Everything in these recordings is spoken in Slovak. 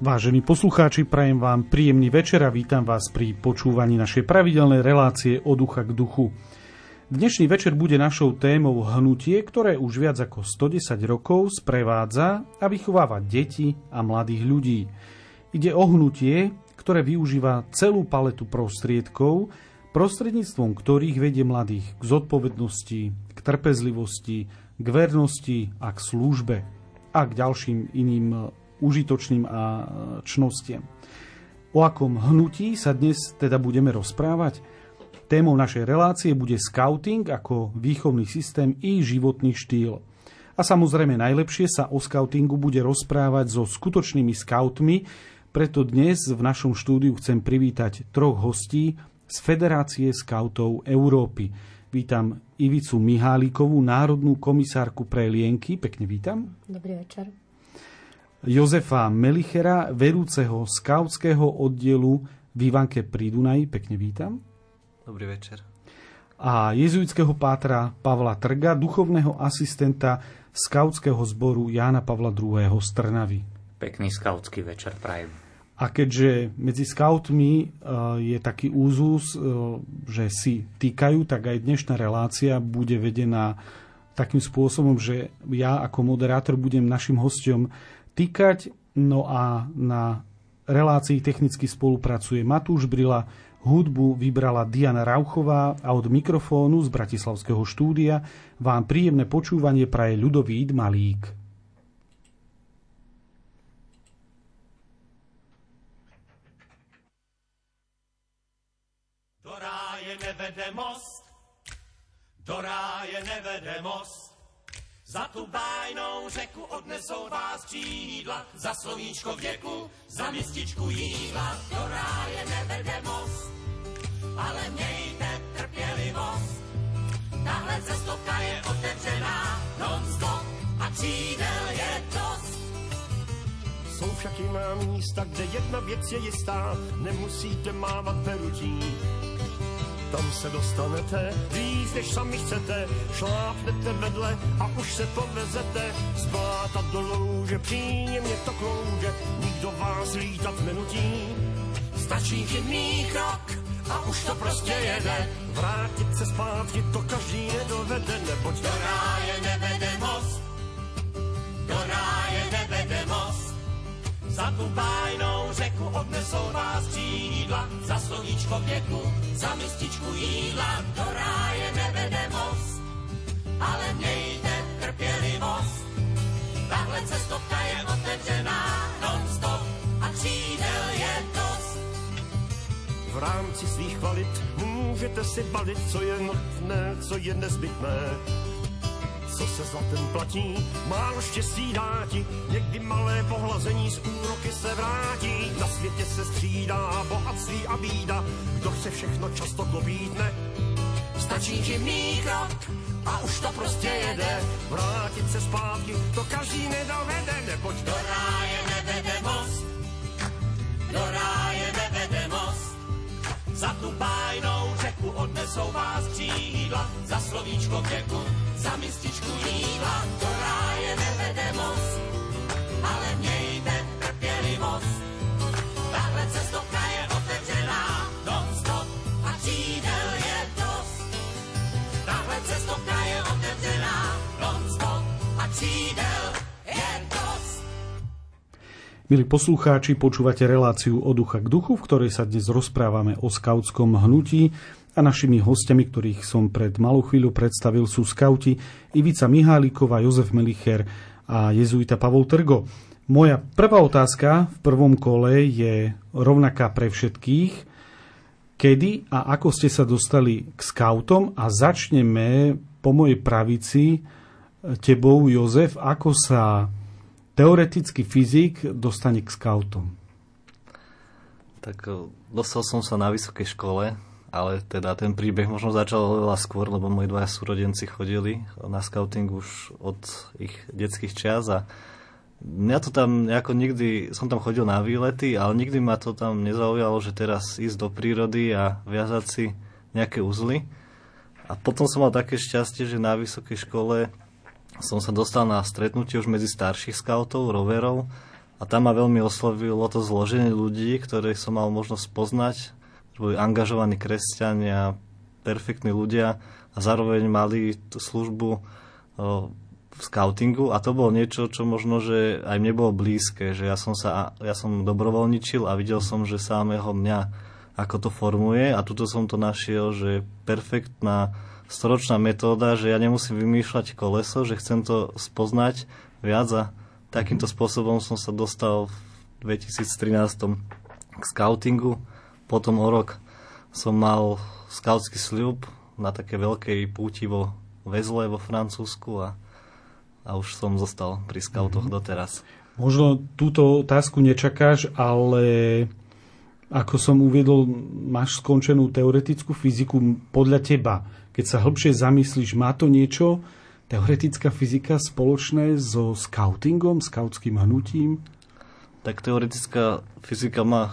Vážení poslucháči, prajem vám príjemný večer a vítam vás pri počúvaní našej pravidelnej relácie Od ducha k duchu. Dnešný večer bude našou témou hnutie, ktoré už viac ako 110 rokov sprevádza a vychováva deti a mladých ľudí. Ide o hnutie, ktoré využíva celú paletu prostriedkov, prostredníctvom ktorých vedie mladých k zodpovednosti, k trpezlivosti, k vernosti a k službe a k ďalším iným užitočným a čnostiam. O akom hnutí sa dnes teda budeme rozprávať? Témou našej relácie bude skauting ako výchovný systém i životný štýl. A samozrejme najlepšie sa o skautingu bude rozprávať so skutočnými skautmi, preto dnes v našom štúdiu chcem privítať 3 hostí z Federácie skautov Európy. Vítam Ivicu Mihálíkovú, národnú komisárku pre lienky. Pekne vítam. Dobrý večer. Jozefa Melichera, vedúceho skautského oddielu v Ivanke pri Dunaji. Pekne vítam. Dobrý večer. A jezuitského pátra Pavla Trga, duchovného asistenta skautského zboru Jána Pavla II. Z Trnavy. Pekný skautský večer prajem. A keďže medzi skautmi je taký úzus, že si týkajú, tak aj dnešná relácia bude vedená takým spôsobom, že ja ako moderátor budem našim hosťom týkať. No a na relácii technicky spolupracuje Matúš Brila, hudbu vybrala Diana Rauchová a od mikrofónu z bratislavského štúdia vám príjemné počúvanie praje Ľudovít Malík. Do ráje nevede most, do ráje nevede most. Za tu bájnou řeku odnesou vás křídla, za slovíčko věku, za mističku jídla. Do ráje nevede most, ale mějte trpělivost. Tahle cestovka je otevřená non-stop a křídel je dost. Jsou však jiná místa, kde jedna věc je jistá, nemusíte mávat perutí. Tam se dostanete víc, než sami chcete, šlápnete vedle a už se povezete z bláta do louže, příjemně to klouže, nikdo vás lítat nenutí. Stačí chybný krok a už to prostě jede, vrátit se zpátky to každý nedovede, neboť do ráje nevede most, do ráje nevede most. Za tu bájnou řeku odnesou vás křídla, za slovíčko věku, za mističku jídla. Do ráje nevede most, ale mějte trpělivost. Tahle cestovka je otevřená non-stop a křídel je dost. v rámci svých kvalit můžete si balit, co je nutné, co je nezbytné. Co se zlatem platí, málo štěstí dá ti, někdy malé pohlazení z úroky se vrátí. Na světě se střídá bohatství a bída, kdo chce všechno často klobítne. Stačí chybný krok a už to prostě jede, vrátit se zpátky to každý nedovede, neboť do ráje nevede most, do ráje nevede most. Za tu bájnou řeku odnesou vás křídla, za slovíčko věku, za mističku jídla. Do ráje nevede most, ale mějte trpělivost. Tahle cestovka je otevřená non-stop a křídel je dost. Tahle cestovka je otevřená non-stop a křídel je dost. Milí poslucháči, počúvate reláciu Od ducha k duchu, v ktorej sa dnes rozprávame o skautskom hnutí a našimi hostiami, ktorých som pred malou chvíľu predstavil, sú skauti Ivica Mihálíková, Jozef Melicher a jezuita Pavol Trgo. Moja prvá otázka v prvom kole je rovnaká pre všetkých. Kedy a ako ste sa dostali k skautom? A začneme po mojej pravici tebou, Jozef, ako sa teoretický fyzik dostane k skautom? Tak dostal som sa na vysokej škole, ale teda ten príbeh možno začal veľa skôr, lebo moji 2 súrodenci chodili na skauting už od ich detských čias a mňa to tam nejako nikdy, som tam chodil na výlety, ale nikdy ma to tam nezaujalo, že teraz ísť do prírody a viazať si nejaké uzly. A potom som mal také šťastie, že na vysokej škole som sa dostal na stretnutie už medzi starších skautov, roverov A tam ma veľmi oslovilo to zloženie ľudí, ktorých som mal možnosť poznať. Boli angažovaní kresťania, perfektní ľudia a zároveň mali tú službu v skautingu a to bolo niečo, čo možno, že aj mne bolo blízke, že ja som dobrovoľničil a videl som, že samého mňa ako to formuje a tuto som to našiel, že perfektná storočná metóda, že ja nemusím vymýšľať koleso, že chcem to spoznať viac a takýmto spôsobom som sa dostal v 2013 k skautingu. Potom o rok som mal skautský sľub na také veľkej púti vo Vezle vo Francúzsku a už som zostal pri skautoch doteraz. Možno túto otázku nečakáš, ale ako som uviedol, máš skončenú teoretickú fyziku. Podľa teba, keď sa hlbšie zamyslíš, má to niečo, teoretická fyzika, spoločné so skautingom, skautským hnutím? Tak teoretická fyzika má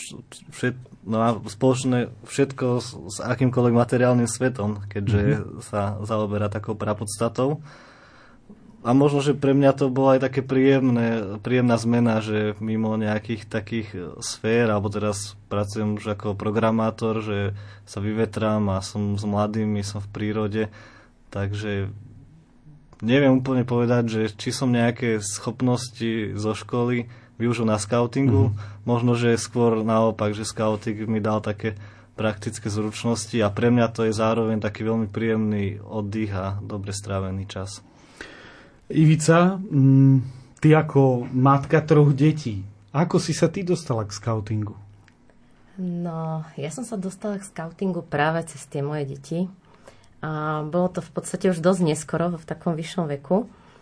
spoločné všetko s akýmkoľvek materiálnym svetom, keďže sa zaoberá takou prapodstatou. A možno, že pre mňa to bola aj také príjemná zmena, že mimo nejakých takých sfér, alebo teraz pracujem už ako programátor, že sa vyvetrám a som s mladými, som v prírode, takže neviem úplne povedať, že či som nejaké schopnosti zo školy využil na skautingu. Možno, že skôr naopak, že skauting mi dal také praktické zručnosti a pre mňa to je zároveň taký veľmi príjemný oddych a dobre strávený čas. Ivica, ty ako matka 3 detí, ako si sa ty dostala k skautingu? No, ja som sa dostala k skautingu práve cez tie moje deti. A bolo to v podstate už dosť neskoro, v takom vyššom veku.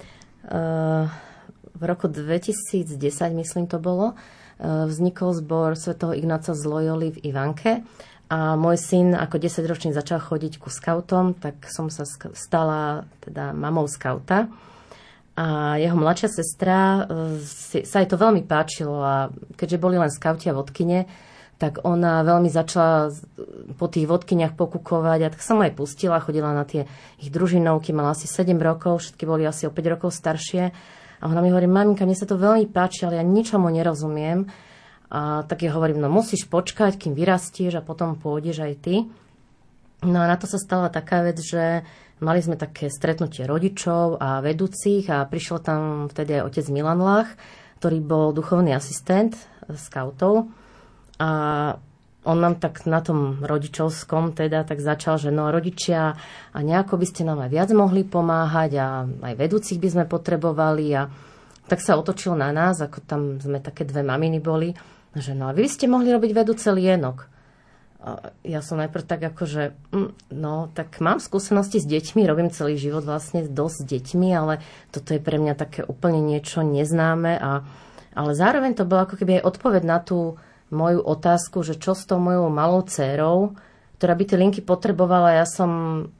V roku 2010, myslím to bolo, vznikol zbor svätého Ignáca z Loyoli v Ivanke a môj syn ako 10-ročný začal chodiť ku skautom, tak som sa stala teda mamou skauta. A jeho mladšia sestra sa jej to veľmi páčilo a keďže boli len skauti a vodkyne, tak ona veľmi začala po tých vodkyniach pokúkovať a tak som aj pustila, chodila na tie ich družinovky, mala asi 7 rokov, všetky boli asi o 5 rokov staršie. A ona mi hovorí, maminka, mne sa to veľmi páči, ale ja ničomu nerozumiem. A tak ja hovorím, no musíš počkať, kým vyrastieš a potom pôjdeš aj ty. No a na to sa stala taká vec, že mali sme také stretnutie rodičov a vedúcich a prišiel tam vtedy aj otec Milan Lach, ktorý bol duchovný asistent skautov. A on nám tak na tom rodičovskom teda tak začal, že no rodičia a nejako by ste nám aj viac mohli pomáhať a aj vedúcich by sme potrebovali a tak sa otočil na nás, ako tam sme také 2 maminy boli, že no a vy ste mohli robiť vedúce lienok. A ja som najprv tak akože, no tak mám skúsenosti s deťmi, robím celý život vlastne dosť s deťmi, ale toto je pre mňa také úplne niečo neznáme ale zároveň to bolo ako keby aj odpoveď na tú moju otázku, že čo s tou mojou malou dcérou, ktorá by tie linky potrebovala, ja som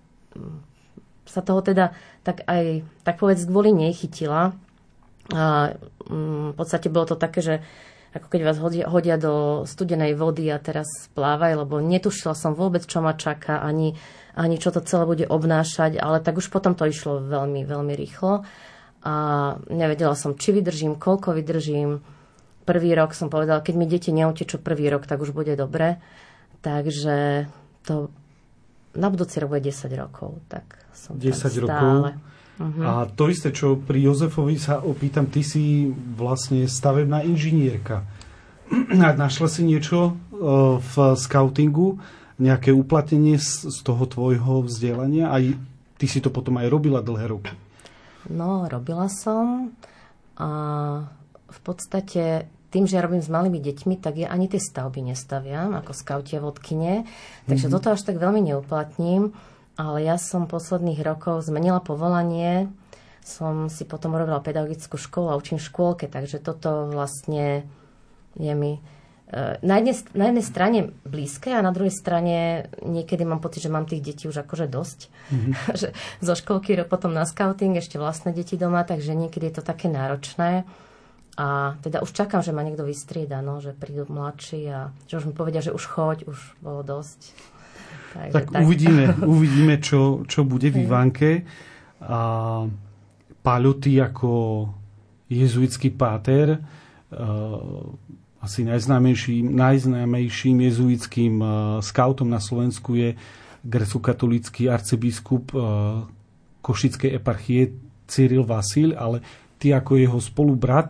sa toho teda tak aj, tak povedz, kvôli nej chytila. A v podstate bolo to také, že ako keď vás hodia do studenej vody a teraz plávaj, lebo netušila som vôbec, čo ma čaká, ani čo to celé bude obnášať, ale tak už potom to išlo veľmi, veľmi rýchlo. A nevedela som, či vydržím, koľko vydržím. Prvý rok som povedala, keď mi deti neutečú prvý rok, tak už bude dobre. Takže to na budúci rok bude 10 rokov. Tak som 10 rokov. A to isté, čo pri Jozefovi sa opýtam, ty si vlastne stavebná inžinierka. Našla si niečo v skautingu, nejaké uplatnenie z toho tvojho vzdelania? Aj ty si to potom aj robila dlhé roky. No, robila som a v podstate tým, že ja robím s malými deťmi, tak ja ani tie stavby nestaviam, ako skauti a vodkyne. Takže toto až tak veľmi neuplatním. Ale ja som posledných rokov zmenila povolanie. Som si potom robila pedagogickú školu a učím v škôlke. Takže toto vlastne je mi na jednej strane blízke a na druhej strane niekedy mám pocit, že mám tých detí už akože dosť. Že zo školky potom na skauting, ešte vlastné deti doma, takže niekedy je to také náročné. A teda už čakám, že ma niekto vystrieda, no, že prídu mladší a že už mi povedia, že už choď, už bolo dosť. Takže, tak. Uvidíme čo bude v Ivanke. Paľo, ty ako jezuitský páter, asi najznámejším jezuitským skautom na Slovensku je grécko-katolícky arcibiskup Košickej eparchie Cyril Vasil, ale ty ako jeho spolubrat,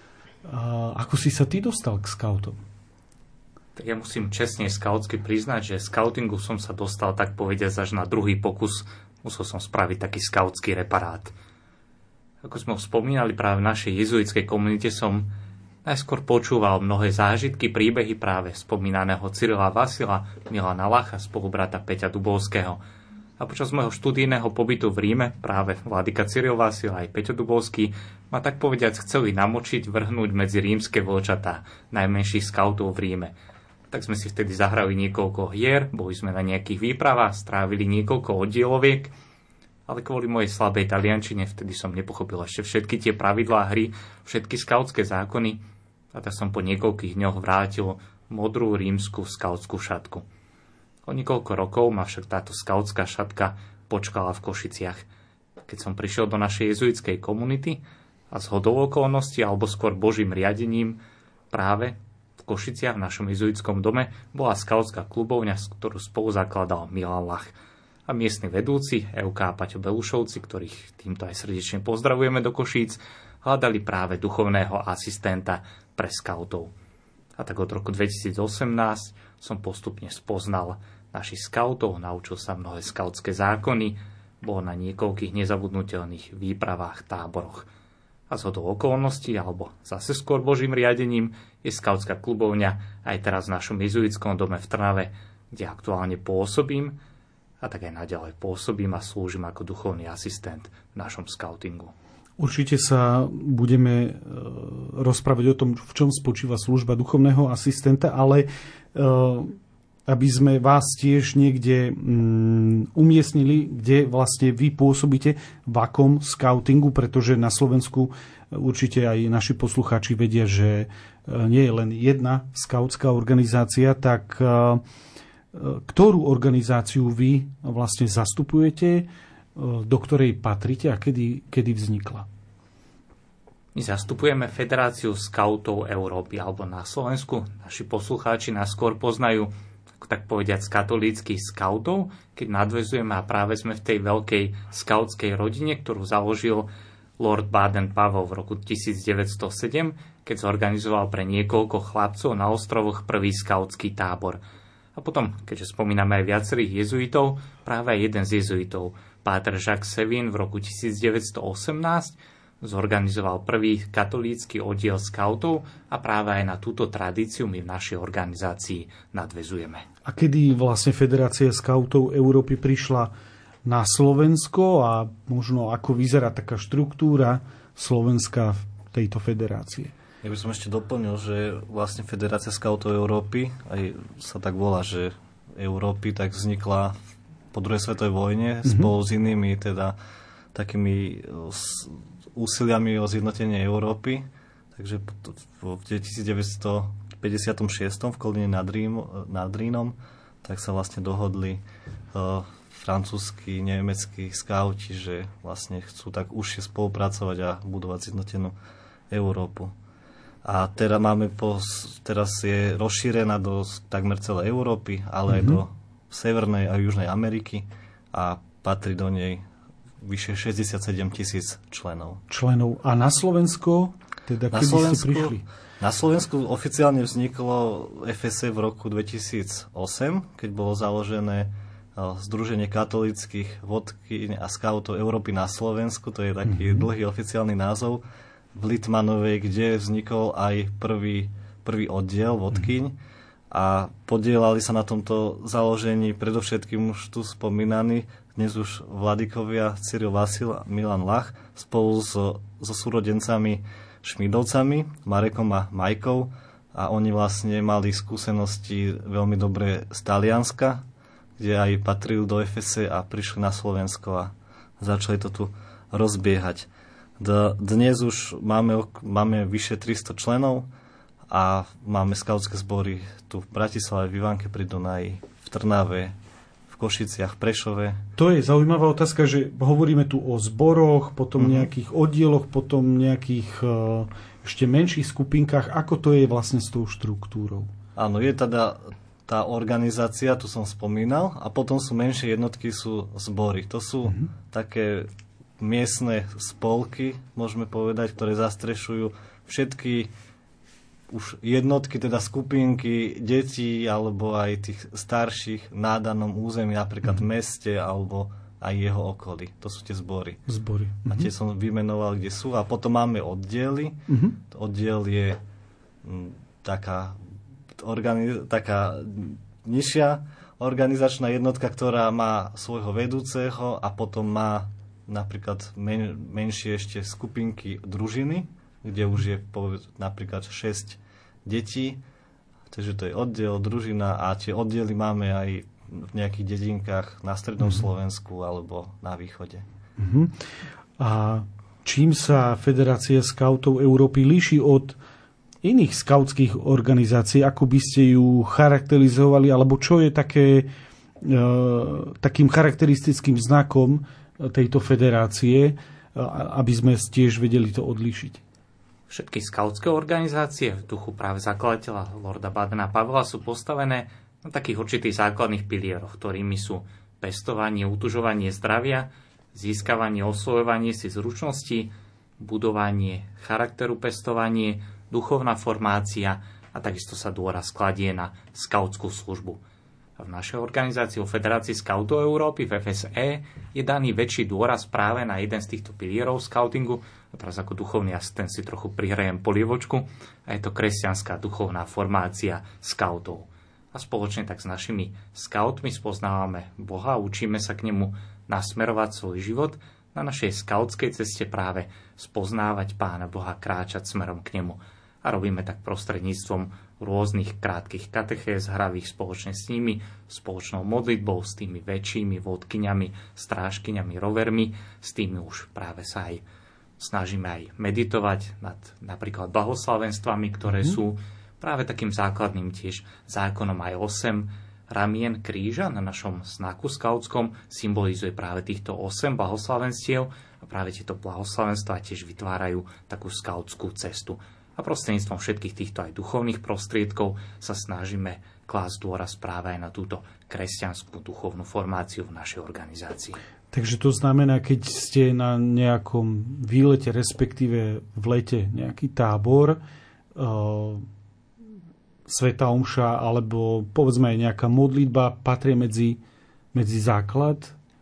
ako si sa ty dostal k skautom? Tak ja musím čestne skautsky priznať, že skautingu som sa dostal, tak povediať, až na druhý pokus. Musel som spraviť taký skautský reparát. Ako sme ho spomínali, práve v našej jezuitskej komunite som najskôr počúval mnohé zážitky, príbehy práve spomínaného Cyrila Vasila, Milana Lacha, spolubrata Peťa Dubovského. A počas môjho študijného pobytu v Ríme práve vladyka Cyril Vasil aj Peťo Dubovský ma tak povediac chceli namočiť, vrhnúť medzi rímske vlčatá, najmenších skautov v Ríme. Tak sme si vtedy zahrali niekoľko hier, boli sme na nejakých výpravách, strávili niekoľko oddieloviek, ale kvôli mojej slabej taliančine vtedy som nepochopil ešte všetky tie pravidlá hry, všetky skautské zákony, a tak som po niekoľkých dňoch vrátil modrú rímsku skautskú šatku. O niekoľko rokov ma však táto skautská šatka počkala v Košiciach. Keď som prišiel do našej jezuitskej komunity a zhodou okolností, alebo skôr Božím riadením, práve v Košiciach v našom jezuitskom dome bola skautská klubovňa, ktorú spolu zakladal Milan Lach. A miestni vedúci, Euka a Paťo Belušovci, ktorých týmto aj srdečne pozdravujeme do Košíc, hľadali práve duchovného asistenta pre skautov. A tak od roku 2018 som postupne spoznal našich skautov, naučil sa mnohé skautské zákony, bol na niekoľkých nezabudnutelných výpravách, táboroch. A zhodou okolností, alebo zase skôr Božím riadením, je skautská klubovňa aj teraz v našom jezuitskom dome v Trnave, kde aktuálne pôsobím, a tak aj naďalej pôsobím a slúžim ako duchovný asistent v našom skautingu. Určite sa budeme rozprávať o tom, v čom spočíva služba duchovného asistenta, ale aby sme vás tiež niekde umiestnili, kde vlastne vy pôsobíte, v akom skautingu, pretože na Slovensku určite aj naši poslucháči vedia, že nie je len jedna skautská organizácia, tak ktorú organizáciu vy vlastne zastupujete, do ktorej patrite a kedy vznikla? My zastupujeme Federáciu skautov Európy, alebo na Slovensku. Naši poslucháči nás skôr poznajú, tak povediať, z katolíckych skautov, keď nadväzujeme a práve sme v tej veľkej skautskej rodine, ktorú založil Lord Baden-Powell v roku 1907, keď zorganizoval pre niekoľko chlapcov na ostrovoch prvý skautský tábor. A potom, keďže spomíname aj viacerých jezuitov, práve aj jeden z jezuitov, páter Jacques Sévin, v roku 1918 zorganizoval prvý katolícky oddiel skautov a práve aj na túto tradíciu my v našej organizácii nadväzujeme. A kedy vlastne Federácia skautov Európy prišla na Slovensko a možno ako vyzerá taká štruktúra Slovenska v tejto federácie? Ja by som ešte doplnil, že vlastne Federácia skautov Európy, aj sa tak volá, že Európy, tak vznikla po druhej svetovej vojne spolu s inými teda takými úsiliami o zjednotenie Európy. Takže v 1956 v Kolíne nad Rínom tak sa vlastne dohodli francúzski, nemeckí skauti, že vlastne chcú tak užšie spolupracovať a budovať zjednotenú Európu. A teraz je rozšírená do takmer celej Európy, ale aj do Severnej a Južnej Ameriky a patrí do nej vyše 67,000 členov. A na Slovensko? Teda kedy ste prišli? Na Slovensku oficiálne vzniklo FSE v roku 2008, keď bolo založené Združenie katolíckych vodkyň a skautov Európy na Slovensku. To je taký dlhý oficiálny názov. V Litmanovej, kde vznikol aj prvý oddiel vodkyň a podielali sa na tomto založení predovšetkým už tu spomínaní dnes už vladykovia Cyril Vasil a Milan Lach spolu so súrodencami Šmidovcami, Marekom a Majkou, a oni vlastne mali skúsenosti veľmi dobré z Talianska, kde aj patrili do FSE a prišli na Slovensko a začali to tu rozbiehať. Dnes už máme vyše 300 členov a máme skautské zbory tu v Bratislave, v Ivánke pri Dunaji, v Trnave, v Košiciach, Prešove. To je zaujímavá otázka, že hovoríme tu o zboroch, potom nejakých oddieloch, potom nejakých ešte menších skupinkách. Ako to je vlastne s tou štruktúrou? Áno, je teda tá organizácia, tu som spomínal, a potom sú menšie jednotky, sú zbory. To sú také miestne spolky, môžeme povedať, ktoré zastrešujú všetky už jednotky, teda skupinky detí alebo aj tých starších na danom území, napríklad v meste alebo aj jeho okolí. To sú tie zbory. A tie som vymenoval, kde sú. A potom máme oddiely. Oddiel je taká nižšia organizačná jednotka, ktorá má svojho vedúceho a potom má napríklad menšie ešte skupinky družiny, kde už je napríklad 6 detí. Takže to je oddiel, družina a tie oddiely máme aj v nejakých dedinkách na strednom Slovensku alebo na východe. A čím sa Federácia skautov Európy líši od iných skautských organizácií? Ako by ste ju charakterizovali? Alebo čo je takým charakteristickým znakom tejto federácie, aby sme tiež vedeli to odlíšiť? Všetky skautské organizácie v duchu práve zakladateľa Lorda Badena Pavela sú postavené na takých určitých základných pilieroch, ktorými sú pestovanie, utužovanie zdravia, získavanie, osvojovanie si zručností, budovanie charakteru, pestovanie, duchovná formácia a takisto sa dôraz kladie na skautskú službu. A v našej organizácii o Federácii skautov Európy v FSE je daný väčší dôraz práve na jeden z týchto pilierov skautingu. A teraz ako duchovný asistent si trochu prihrajem polievočku a je to kresťanská duchovná formácia skautov. A spoločne tak s našimi skautmi spoznávame Boha a učíme sa k nemu nasmerovať svoj život na našej skautskej ceste práve spoznávať Pána Boha, kráčať smerom k nemu. A robíme tak prostredníctvom rôznych krátkych katechéz, hravých spoločne s nimi, spoločnou modlitbou, s tými väčšími vodkyňami, strážkyňami, rovermi, s tými už práve sa aj snažíme aj meditovať nad napríklad blahoslavenstvami, ktoré sú práve takým základným tiež zákonom. Aj 8 ramien kríža na našom znaku skautskom symbolizuje práve týchto 8 blahoslavenstiev a práve tieto blahoslavenstvá tiež vytvárajú takú skautskú cestu. A prostredníctvom všetkých týchto aj duchovných prostriedkov sa snažíme klásť dôraz práve aj na túto kresťanskú duchovnú formáciu v našej organizácii. Takže to znamená, keď ste na nejakom výlete, respektíve v lete nejaký tábor, svätá omša alebo povedzme aj nejaká modlitba patrí medzi základ.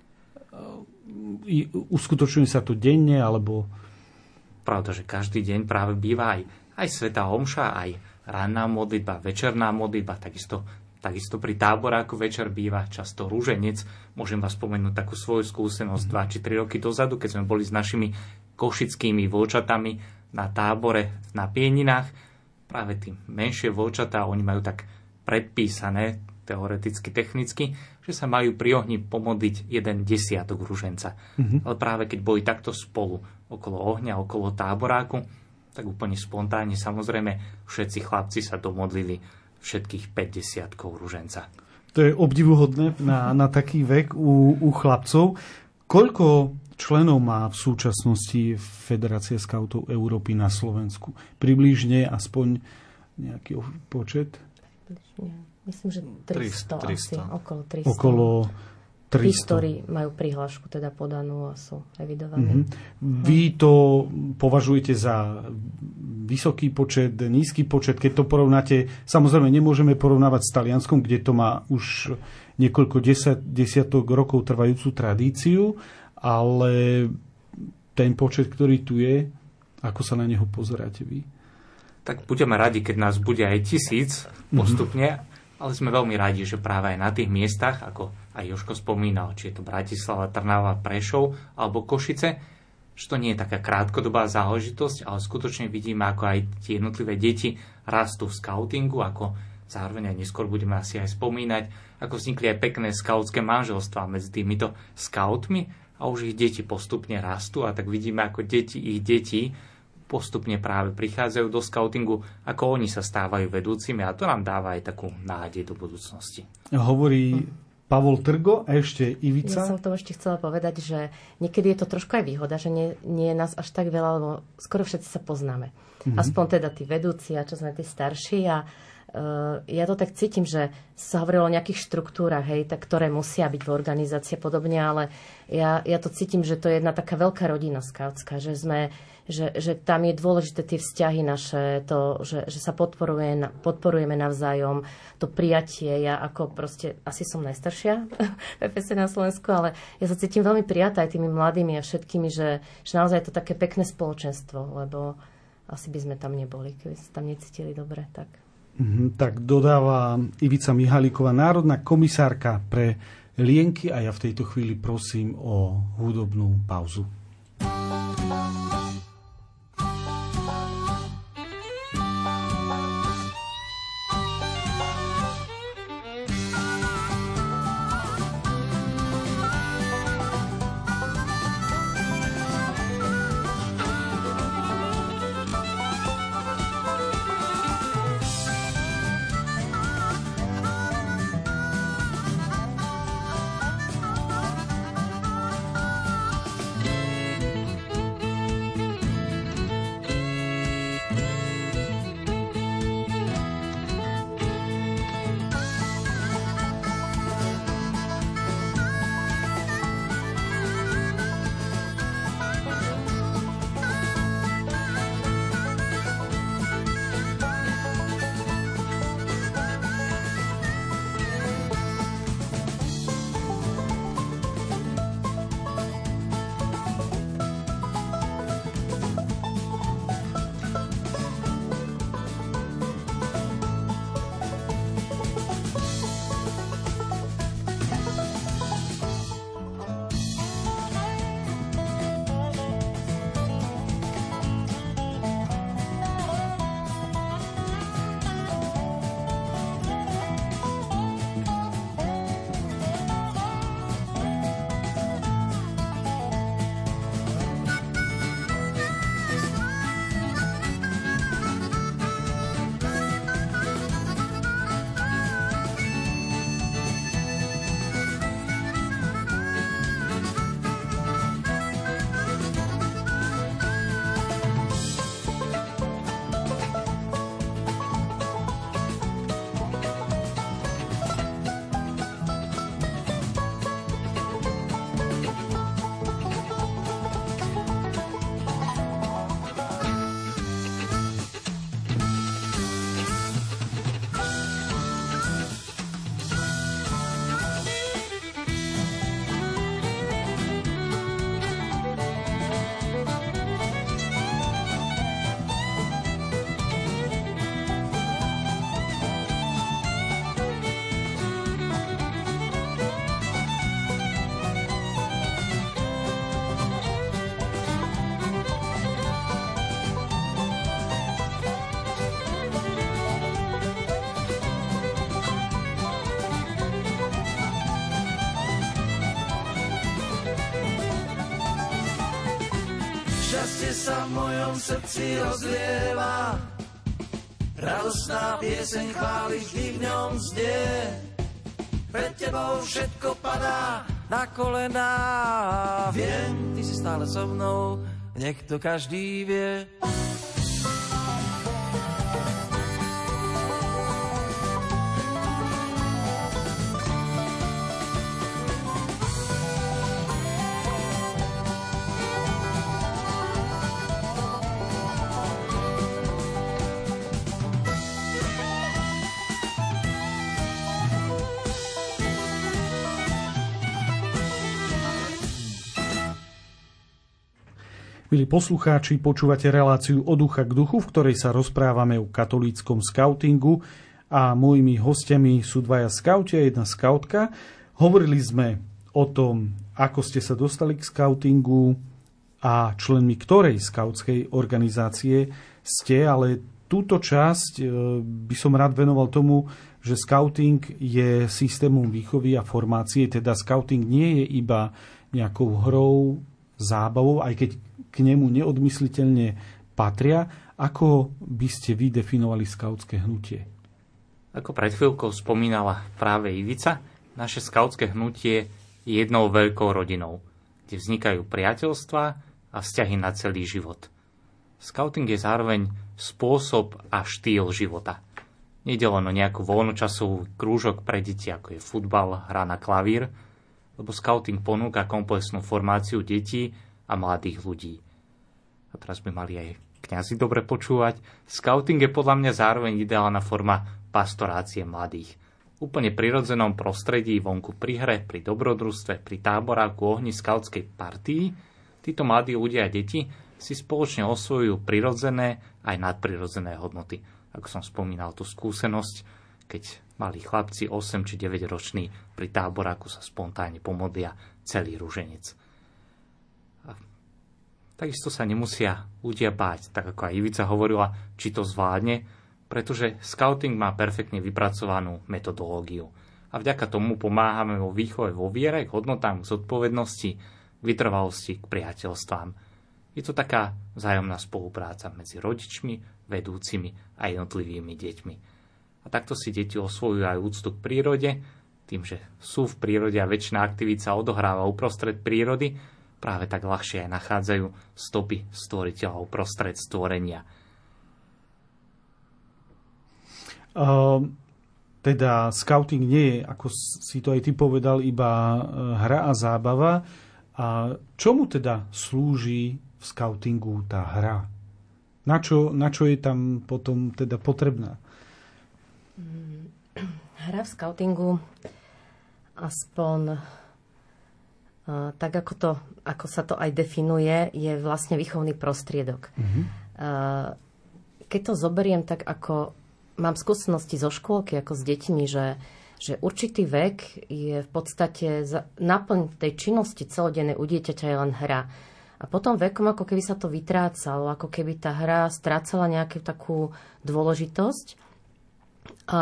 Uskutočňuje sa to denne alebo... Pravda, že každý deň práve býva aj svätá omša, aj ranná modlitba, večerná modlitba, takisto pri táboráku večer býva často rúženec. Môžem vás spomenúť takú svoju skúsenosť 2 či 3 roky dozadu, keď sme boli s našimi košickými vlčatami na tábore na Pieninách. Práve tí menšie vlčatá, oni majú tak predpísané, teoreticky, technicky, že sa majú pri ohni pomodliť 1 desiatok ruženca. Ale práve keď boli takto spolu okolo ohňa, okolo táboráku, tak úplne spontánne, samozrejme, všetci chlapci sa domodlili všetkých 50 ruženca. To je obdivuhodné na taký vek u chlapcov. Koľko členov má v súčasnosti Federácia skautov Európy na Slovensku? Približne aspoň nejaký počet? Myslím, že 300. Asi, okolo 300. Okolo 300. Tí, ktorí majú prihlášku teda podanú a sú evidovaní. Vy to považujete za vysoký počet, nízky počet, keď to porovnáte, samozrejme nemôžeme porovnávať s Talianskom, kde to má už niekoľko desiatok rokov trvajúcu tradíciu, ale ten počet, ktorý tu je, ako sa na neho pozeráte vy? Tak budeme radi, keď nás bude aj 1000 postupne, ale sme veľmi radi, že práve aj na tých miestach, ako aj Jožko spomínal, či je to Bratislava, Trnava, Prešov alebo Košice, že to nie je taká krátkodobá záležitosť, ale skutočne vidíme, ako aj tie jednotlivé deti rastú v skautingu, ako zároveň aj neskôr budeme asi aj spomínať, ako vznikli aj pekné skautské manželstvá medzi týmito skautmi a už ich deti postupne rastú a tak vidíme, ako ich deti postupne práve prichádzajú do skautingu, ako oni sa stávajú vedúcimi a to nám dáva aj takú nádej do budúcnosti. Hovorí Pavol Trgo a ešte Ivica. Ja som to ešte chcela povedať, že niekedy je to trošku aj výhoda, že nie je nás až tak veľa, lebo skoro všetci sa poznáme. Aspoň teda tí vedúci a čo sme tí starší a ja to tak cítim, že sa hovorilo o nejakých štruktúrach, hej, tak, ktoré musia byť v organizácii podobne, ale ja to cítim, že to je jedna taká veľká rodina skautská, že tam je dôležité tie vzťahy naše, to, že sa podporujeme navzájom, to prijatie. Ja ako proste, asi som najstaršia PPC na Slovensku, ale ja sa cítim veľmi prijatá aj tými mladými a všetkými, že naozaj je to také pekné spoločenstvo, lebo asi by sme tam neboli, keby sa tam necítili dobre, tak. Tak dodáva Ivica Mihalíková, národná komisárka pre lienky a ja v tejto chvíli prosím o hudobnú pauzu. Šťastie sa v mojom srdci rozlieva, radostná pieseň chvály vždy v ňom znie. Pred tebou všetko padá na kolená. Viem, ty si stále so mnou, nech to každý vie. Milí poslucháči, počúvate reláciu Od ducha k duchu, v ktorej sa rozprávame o katolíckom skautingu a mojimi hostiami sú dvaja skauti a jedna skautka. Hovorili sme o tom, ako ste sa dostali k skautingu a členmi ktorej skautskej organizácie ste, ale túto časť by som rád venoval tomu, že skauting je systémom výchovy a formácie, teda skauting nie je iba nejakou hrou, zábavou, aj keď k nemu neodmysliteľne patria. Ako by ste vy definovali skautské hnutie? Ako pred chvíľkou spomínala práve Ivica, naše skautské hnutie je jednou veľkou rodinou, kde vznikajú priateľstvá a vzťahy na celý život. Skauting je zároveň spôsob a štýl života. Nejde len o nejakú voľnočasovú krúžok pre deti, ako je futbal, hra na klavír, lebo skauting ponúka komplexnú formáciu detí a mladých ľudí. A teraz by mali aj kňazi dobre počúvať. Skauting je podľa mňa zároveň ideálna forma pastorácie mladých. V úplne prirodzenom prostredí vonku pri hre, pri dobrodružstve, pri táboráku, ohni skautskej partii, títo mladí ľudia a deti si spoločne osvojujú prirodzené aj nadprirodzené hodnoty. Ako som spomínal tú skúsenosť, keď mali chlapci 8 či 9 roční pri táboráku sa spontánne pomodlia celý ruženec. A takisto sa nemusia ľudia báť, tak ako aj Ivica hovorila, či to zvládne, pretože skauting má perfektne vypracovanú metodológiu. A vďaka tomu pomáhame vo výchove vo viere, k hodnotám, k zodpovednosti, vytrvalosti, k priateľstvám. Je to taká vzájomná spolupráca medzi rodičmi, vedúcimi a jednotlivými deťmi. A takto si deti osvojujú aj úctu k prírode, tým, že sú v prírode a väčšina aktivít sa odohráva uprostred prírody, práve tak ľahšie aj nachádzajú stopy stvoriteľa uprostred stvorenia. Teda skauting nie je, ako si to aj ty povedal, iba hra a zábava. A čomu teda slúži v skautingu tá hra? Na čo je tam potom teda potrebná? Hra v skautingu aspoň tak ako sa to aj definuje, je vlastne výchovný prostriedok. Keď to zoberiem tak, ako mám skúsenosti zo škôlky, ako s deťmi, že určitý vek je v podstate náplň tej činnosti celodennej u dieťaťa je len hra. A potom vekom ako keby sa to vytrácalo, ako keby tá hra strácala nejakú takú dôležitosť. A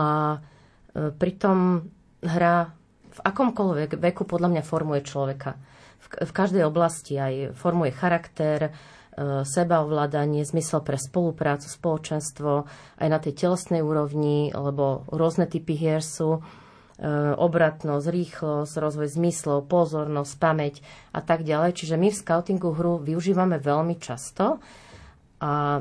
pritom hra v akomkoľvek veku podľa mňa formuje človeka. V každej oblasti aj formuje charakter, sebaovládanie, zmysel pre spoluprácu, spoločenstvo, aj na tej telesnej úrovni, lebo rôzne typy hier sú obratnosť, rýchlosť, rozvoj zmyslov, pozornosť, pamäť a tak ďalej. Čiže my v skautingu hru využívame veľmi často a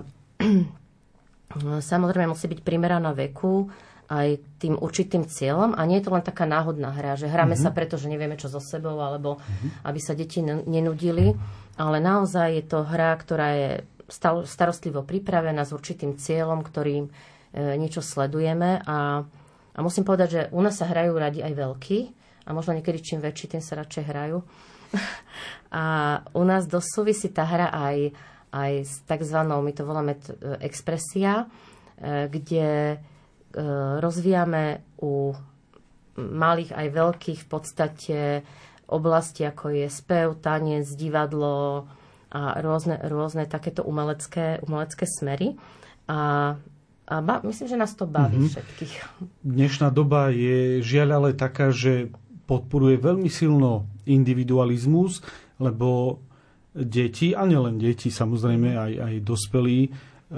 samozrejme musí byť primeraná veku aj tým určitým cieľom a nie je to len taká náhodná hra, že hráme sa preto, že nevieme čo so sebou alebo aby sa deti nenudili, ale naozaj je to hra, ktorá je starostlivo pripravená s určitým cieľom, ktorým niečo sledujeme a musím povedať, že u nás sa hrajú radi aj veľkí a možno niekedy čím väčší, tým sa radšej hrajú. A u nás dosť súvisí tá hra aj s takzvanou, my to voláme expresia, kde rozvíjame u malých aj veľkých v podstate oblasti, ako je spev, tanec, divadlo a rôzne takéto umelecké smery. A myslím, že nás to baví všetkých. Dnešná doba je žiaľ ale taká, že podporuje veľmi silno individualizmus, lebo deti, a nielen deti, samozrejme aj dospelí,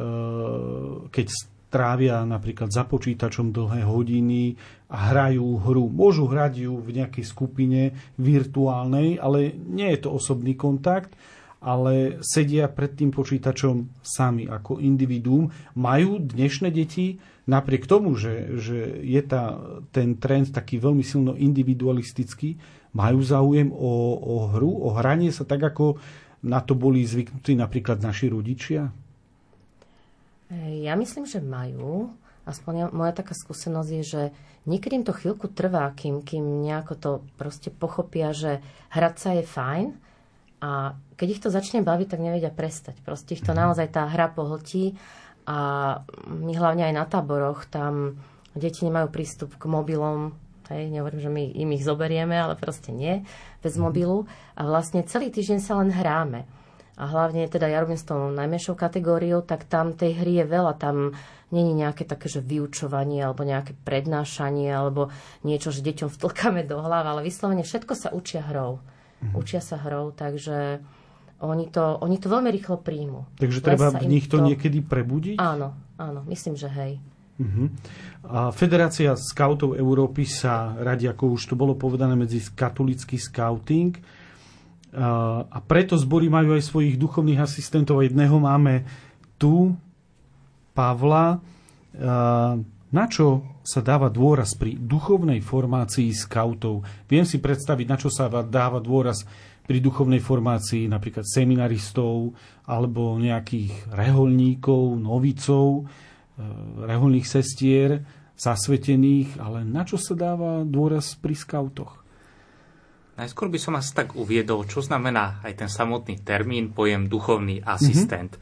keď trávia napríklad za počítačom dlhé hodiny a hrajú hru. Môžu hrať ju v nejakej skupine virtuálnej, ale nie je to osobný kontakt, ale sedia pred tým počítačom sami ako individuum. Majú dnešné deti, napriek tomu, že je ten trend taký veľmi silno individualistický, majú záujem o hru, o hranie sa tak, ako na to boli zvyknutí napríklad naši rodičia? Ja myslím, že majú. Aspoň moja taká skúsenosť je, že niekedy im to chvíľku trvá, kým nejako to proste pochopia, že hrať sa je fajn a keď ich to začne baviť, tak nevedia prestať. Proste ich to naozaj tá hra pohltí a my hlavne aj na táboroch, tam deti nemajú prístup k mobilom. Hej, nehovorím, že my im ich zoberieme, ale proste nie, bez mobilu. A vlastne celý týždeň sa len hráme. A hlavne teda ja robím s tou najmenšou kategóriou, tak tam tej hry je veľa. Tam není nejaké také, že vyučovanie alebo nejaké prednášanie alebo niečo, že deťom vtlkáme do hlavy, ale vyslovene všetko sa učia hrou. Učia sa hrou, takže oni to veľmi rýchlo príjmu. Takže treba v nich to niekedy prebudiť? Áno, myslím, že hej. A Federácia skautov Európy sa radí, ako už to bolo povedané, medzi katolícky skauting. A preto zbory majú aj svojich duchovných asistentov. Jedného máme tu, Pavla. Na čo sa dáva dôraz pri duchovnej formácii skautov? Viem si predstaviť, na čo sa dáva dôraz pri duchovnej formácii napríklad seminaristov alebo nejakých reholníkov, novicov, reholných sestier, zasvetených, ale na čo sa dáva dôraz pri skautoch? Najskôr by som asi tak uviedol, čo znamená aj ten samotný termín, pojem duchovný asistent.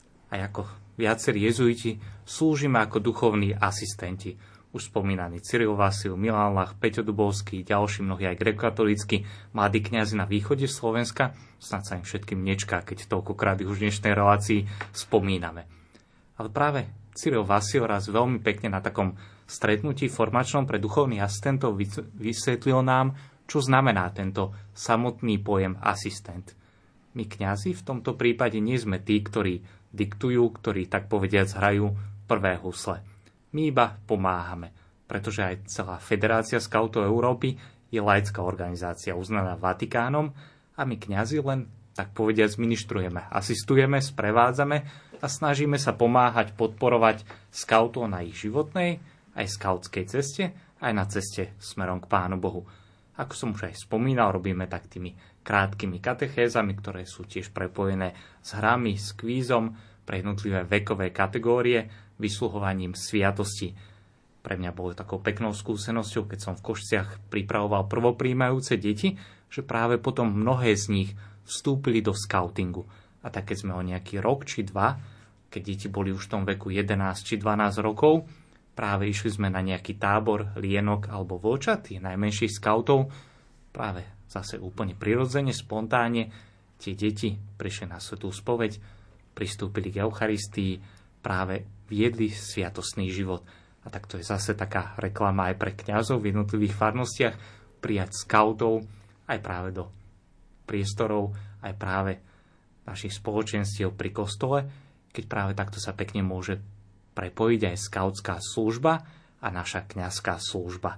A ako viacerí jezuiti slúžime ako duchovní asistenti. Už spomínaný Cyril Vasil, Milan Lach, Peťo Dubovský, ďalší mnohí aj grékokatolícky mladí kňazi na východe Slovenska. Snad sa im všetkým nečká, keď toľkokrát ich už v dnešnej relácii spomíname. Ale práve Cyril Vasil raz veľmi pekne na takom stretnutí formačnom pre duchovných asistentov vysvetlil nám, čo znamená tento samotný pojem asistent. My kňazi v tomto prípade nie sme tí, ktorí diktujú, ktorí tak povediac hrajú prvé husle. My iba pomáhame, pretože aj celá Federácia skautov Európy je laická organizácia uznaná Vatikánom a my kňazi len tak povediac ministrujeme, asistujeme, sprevádzame a snažíme sa pomáhať, podporovať skautov na ich životnej aj skautskej ceste, aj na ceste smerom k Pánu Bohu. Ako som už aj spomínal, robíme tak tými krátkými katechézami, ktoré sú tiež prepojené s hrami, s kvízom pre jednotlivé vekové kategórie, vysluhovaním sviatosti. Pre mňa bolo takou peknou skúsenosťou, keď som v Košiciach pripravoval prvopríjmajúce deti, že práve potom mnohé z nich vstúpili do skautingu. A tak keď sme o nejaký rok či dva, keď deti boli už v tom veku 11 či 12 rokov, práve išli sme na nejaký tábor lienok alebo vlčat, tých najmenších skautov, práve zase úplne prirodzene, spontánne, tie deti prišli na svätú spoveď, pristúpili k Eucharistii, práve viedli sviatostný život. A tak to je zase taká reklama aj pre kňazov v jednotlivých farnostiach, prijať skautov aj práve do priestorov, aj práve našich spoločenstiev pri kostole, keď práve takto sa pekne môže prepojiť aj skautská služba a naša kňazská služba.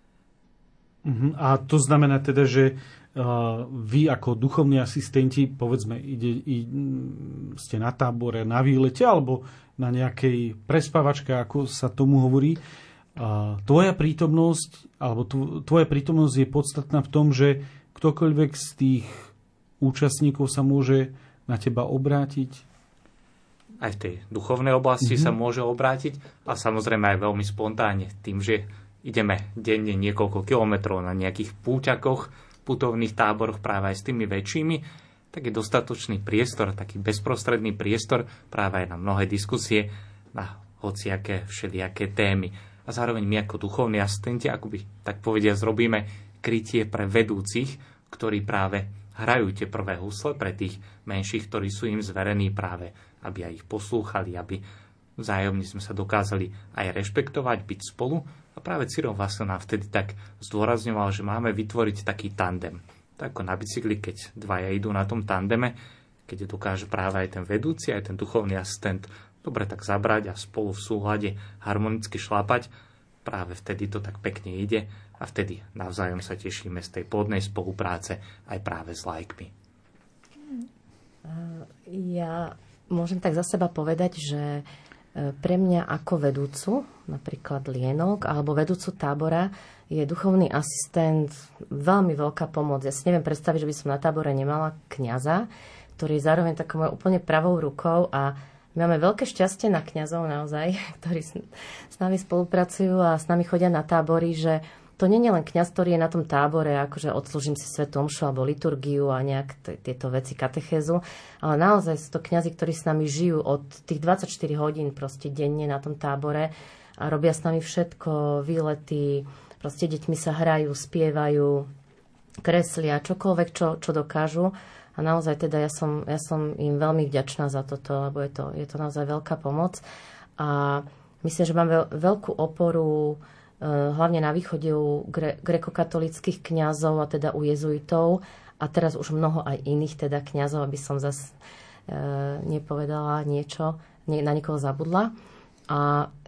A to znamená teda, že vy ako duchovní asistenti, povedzme, ste na tábore, na výlete alebo na nejakej prespávačke, ako sa tomu hovorí. Tvoja prítomnosť je podstatná v tom, že ktokoľvek z tých účastníkov sa môže na teba obrátiť? Aj v tej duchovnej oblasti sa môže obrátiť a samozrejme aj veľmi spontánne tým, že ideme denne niekoľko kilometrov na nejakých púťakoch, putovných táboroch práve aj s tými väčšími, tak je dostatočný priestor, taký bezprostredný priestor práve aj na mnohé diskusie, na hociaké všelijaké témy. A zároveň my ako duchovní asistenti, akoby tak povediac, robíme krytie pre vedúcich, ktorí práve hrajú tie prvé husle pre tých menších, ktorí sú im zverení práve, aby aj ich poslúchali, aby vzájomne sme sa dokázali aj rešpektovať, byť spolu. A práve Cyril Vasil nám vtedy tak zdôrazňoval, že máme vytvoriť taký tandem. Tak ako na bicykli, keď dvaja idú na tom tandeme, keď dokáže práve aj ten vedúci, aj ten duchovný asistent dobre tak zabrať a spolu v súhľade harmonicky šlapať, práve vtedy to tak pekne ide a vtedy navzájom sa tešíme z tej plodnej spolupráce aj práve s laikmi. Ja môžem tak za seba povedať, že pre mňa ako vedúcu, napríklad lienok, alebo vedúcu tábora, je duchovný asistent veľmi veľká pomoc. Ja si neviem predstaviť, že by som na tábore nemala kňaza, ktorý je zároveň takou mojou úplne pravou rukou a máme veľké šťastie na kňazov naozaj, ktorí s nami spolupracujú a s nami chodia na tábory, že to nie je len kňaz, ktorý je na tom tábore, akože odslúžim si svätú omšu alebo liturgiu a nejak tieto veci katechézu, ale naozaj sú to kňazi, ktorí s nami žijú od tých 24 hodín proste denne na tom tábore a robia s nami všetko, výlety, proste deťmi sa hrajú, spievajú, kreslia, čokoľvek, čo dokážu. A naozaj teda ja som im veľmi vďačná za toto, lebo je to naozaj veľká pomoc. A myslím, že mám veľkú oporu hlavne na východe u grekokatolických kňazov a teda u jezuitov a teraz už mnoho aj iných teda kňazov, aby som zase nepovedala niečo, na nikoho zabudla. A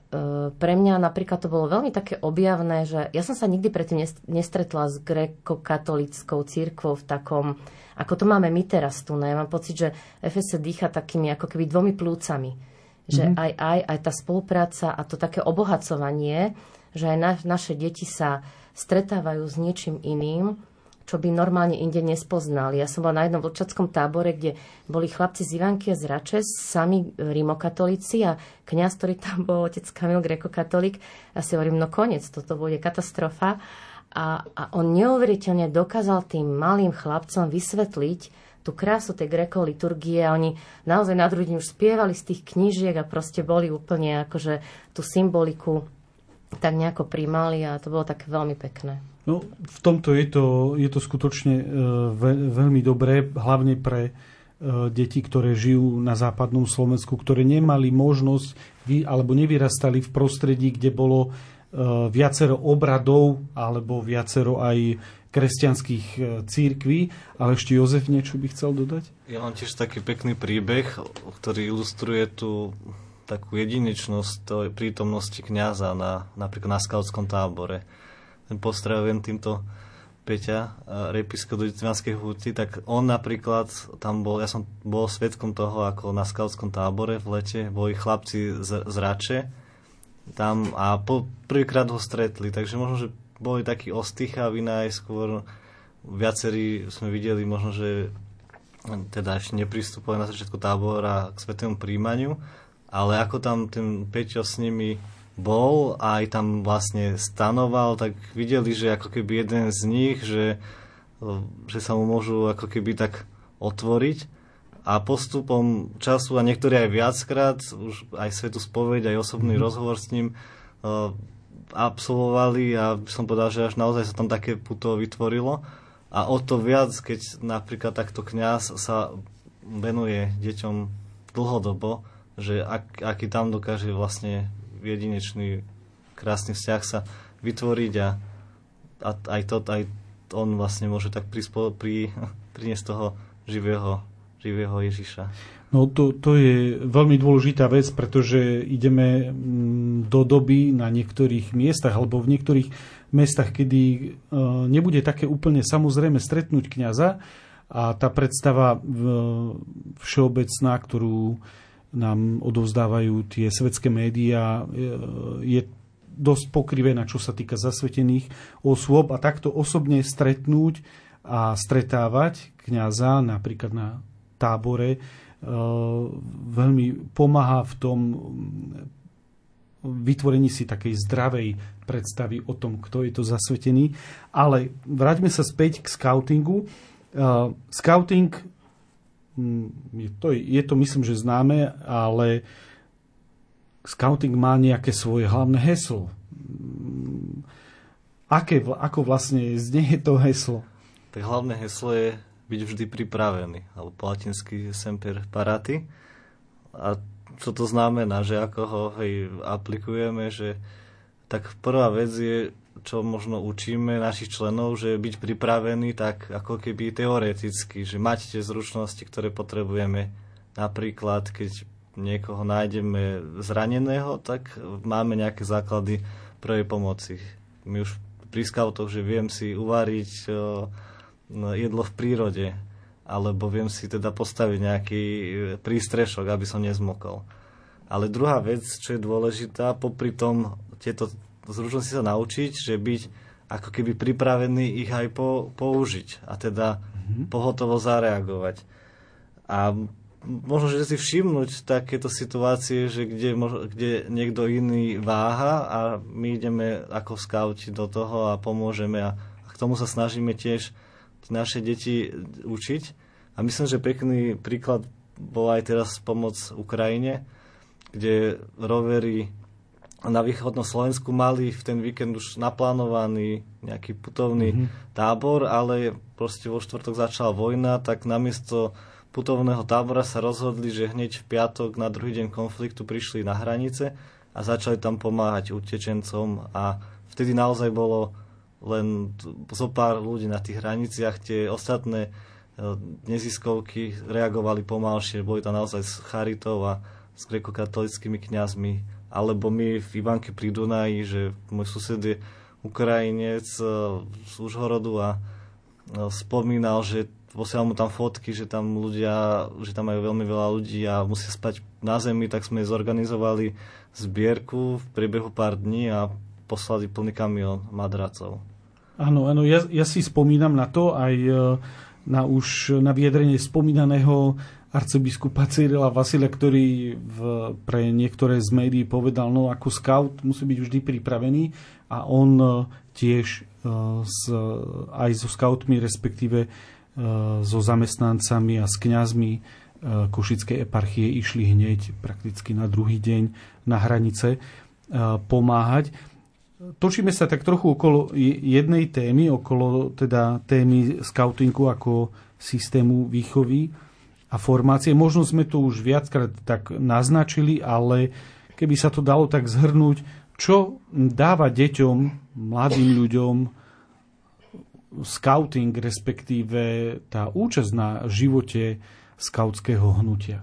pre mňa napríklad to bolo veľmi také objavné, že ja som sa nikdy predtým nestretla s gréko-katolíckou cirkvou v takom, ako to máme my teraz tu. Ja mám pocit, že FSC dýcha takými ako keby 2 plúcami. Že aj tá spolupráca a to také obohacovanie, že aj naše deti sa stretávajú s niečím iným, čo by normálne inde nespoznali. Ja som bola na jednom vlčackom tábore, kde boli chlapci z Ivanky a z Rače, sami rimokatolíci a kňaz, ktorý tam bol, otec Kamil, grekokatolík. Ja si hovorím, no koniec, toto bude katastrofa. A on neuveriteľne dokázal tým malým chlapcom vysvetliť tú krásu tej grekoliturgie a oni naozaj na druhý deň už spievali z tých knížiek a proste boli úplne akože tú symboliku tak nejako primali a to bolo tak veľmi pekné. No, v tomto je to skutočne veľmi dobré, hlavne pre deti, ktoré žijú na západnom Slovensku, ktoré nemali možnosť alebo nevyrastali v prostredí, kde bolo viacero obradov alebo viacero aj kresťanských cirkví. Ale ešte Jozef niečo by chcel dodať? Ja mám tiež taký pekný príbeh, ktorý ilustruje tú takú jedinečnosť prítomnosti kňaza napríklad na skautskom tábore. Pozdravujem týmto Peťa Repisko do Detvianskej Huty, tak on napríklad tam bol, ja som bol svedkom toho, ako na skautskom tábore v lete boli chlapci z Rače tam a prvýkrát ho stretli, takže možno, že boli takí ostýchaví najskôr, viacerí sme videli možno, že teda ešte nepristupovali na začiatku tábora k svätému príjmaniu, ale ako tam ten Peťo s nimi bol a aj tam vlastne stanoval, tak videli, že ako keby jeden z nich, že sa mu môžu ako keby tak otvoriť a postupom času a niektorí aj viackrát už aj svätú spoveď, aj osobný rozhovor s ním absolvovali a som povedal, že až naozaj sa tam také puto vytvorilo a o to viac, keď napríklad takto kňaz sa venuje deťom dlhodobo, že aký tam dokáže vlastne jedinečný, krásny vzťah sa vytvoriť a aj on vlastne môže tak priniesť toho živého Ježiša. No to je veľmi dôležitá vec, pretože ideme do doby na niektorých miestach alebo v niektorých mestách, kedy nebude také úplne samozrejme stretnúť kňaza a tá predstava všeobecná, ktorú nám odovzdávajú tie svetské médiá, je dosť pokrivená, čo sa týka zasvetených osôb a takto osobne stretnúť a stretávať kňaza napríklad na tábore veľmi pomáha v tom vytvorení si takej zdravej predstavy o tom, kto je to zasvetený. Ale vráťme sa späť k skautingu. Skauting je to myslím, že známe, ale skauting má nejaké svoje hlavné heslo. Ako vlastne znie to heslo? Tak hlavné heslo je byť vždy pripravený, alebo po latinsky semper parati. A čo to znamená, že ako ho aplikujeme, že tak prvá vec je, čo možno učíme našich členov, že byť pripravený tak ako keby teoreticky, že mať tie zručnosti, ktoré potrebujeme. Napríklad, keď niekoho nájdeme zraneného, tak máme nejaké základy prvej pomoci. My už pri skautoch, že viem si uvariť jedlo v prírode, alebo viem si teda postaviť nejaký prístrešok, aby som nezmokol. Ale druhá vec, čo je dôležitá, popri tom tieto zručnosti sa naučiť, že byť ako keby pripravený ich aj použiť a teda pohotovo zareagovať. A možno, že si všimnúť takéto situácie, že kde niekto iný váha a my ideme ako skauti do toho a pomôžeme a k tomu sa snažíme tiež naše deti učiť. A myslím, že pekný príklad bol aj teraz pomoc Ukrajine, kde rovery na východnom Slovensku mali v ten víkend už naplánovaný nejaký putovný tábor, ale proste vo štvrtok začala vojna, tak namiesto putovného tábora sa rozhodli, že hneď v piatok na druhý deň konfliktu prišli na hranice a začali tam pomáhať utečencom a vtedy naozaj bolo len zo pár ľudí na tých hraniciach, tie ostatné neziskovky reagovali pomalšie, boli tam naozaj s charitou a s grekokatolickými kňazmi alebo my v Ivanke pri Dunaji, že môj sused je Ukrajinec z Užhorodu a spomínal, že posielal mu tam fotky, že tam majú veľmi veľa ľudí a musia spať na zemi, tak sme zorganizovali zbierku v priebehu pár dní a poslali plný kamión madracov. Áno, ja si spomínam na to aj už na vyjadrenie spomínaného arcibiskupa Cyrila Vasila, ktorý pre niektoré z médií povedal, no ako scout musí byť vždy pripravený a on tiež aj so scoutmi, respektíve so zamestnancami a s kňazmi Košickej eparchie išli hneď prakticky na druhý deň na hranice pomáhať. Točíme sa tak trochu okolo jednej témy, okolo teda témy skautingu ako systému výchovy a formácie. Možno sme to už viackrát tak naznačili, ale keby sa to dalo tak zhrnúť, čo dáva deťom, mladým ľuďom skauting, respektíve tá účasť na živote skautského hnutia.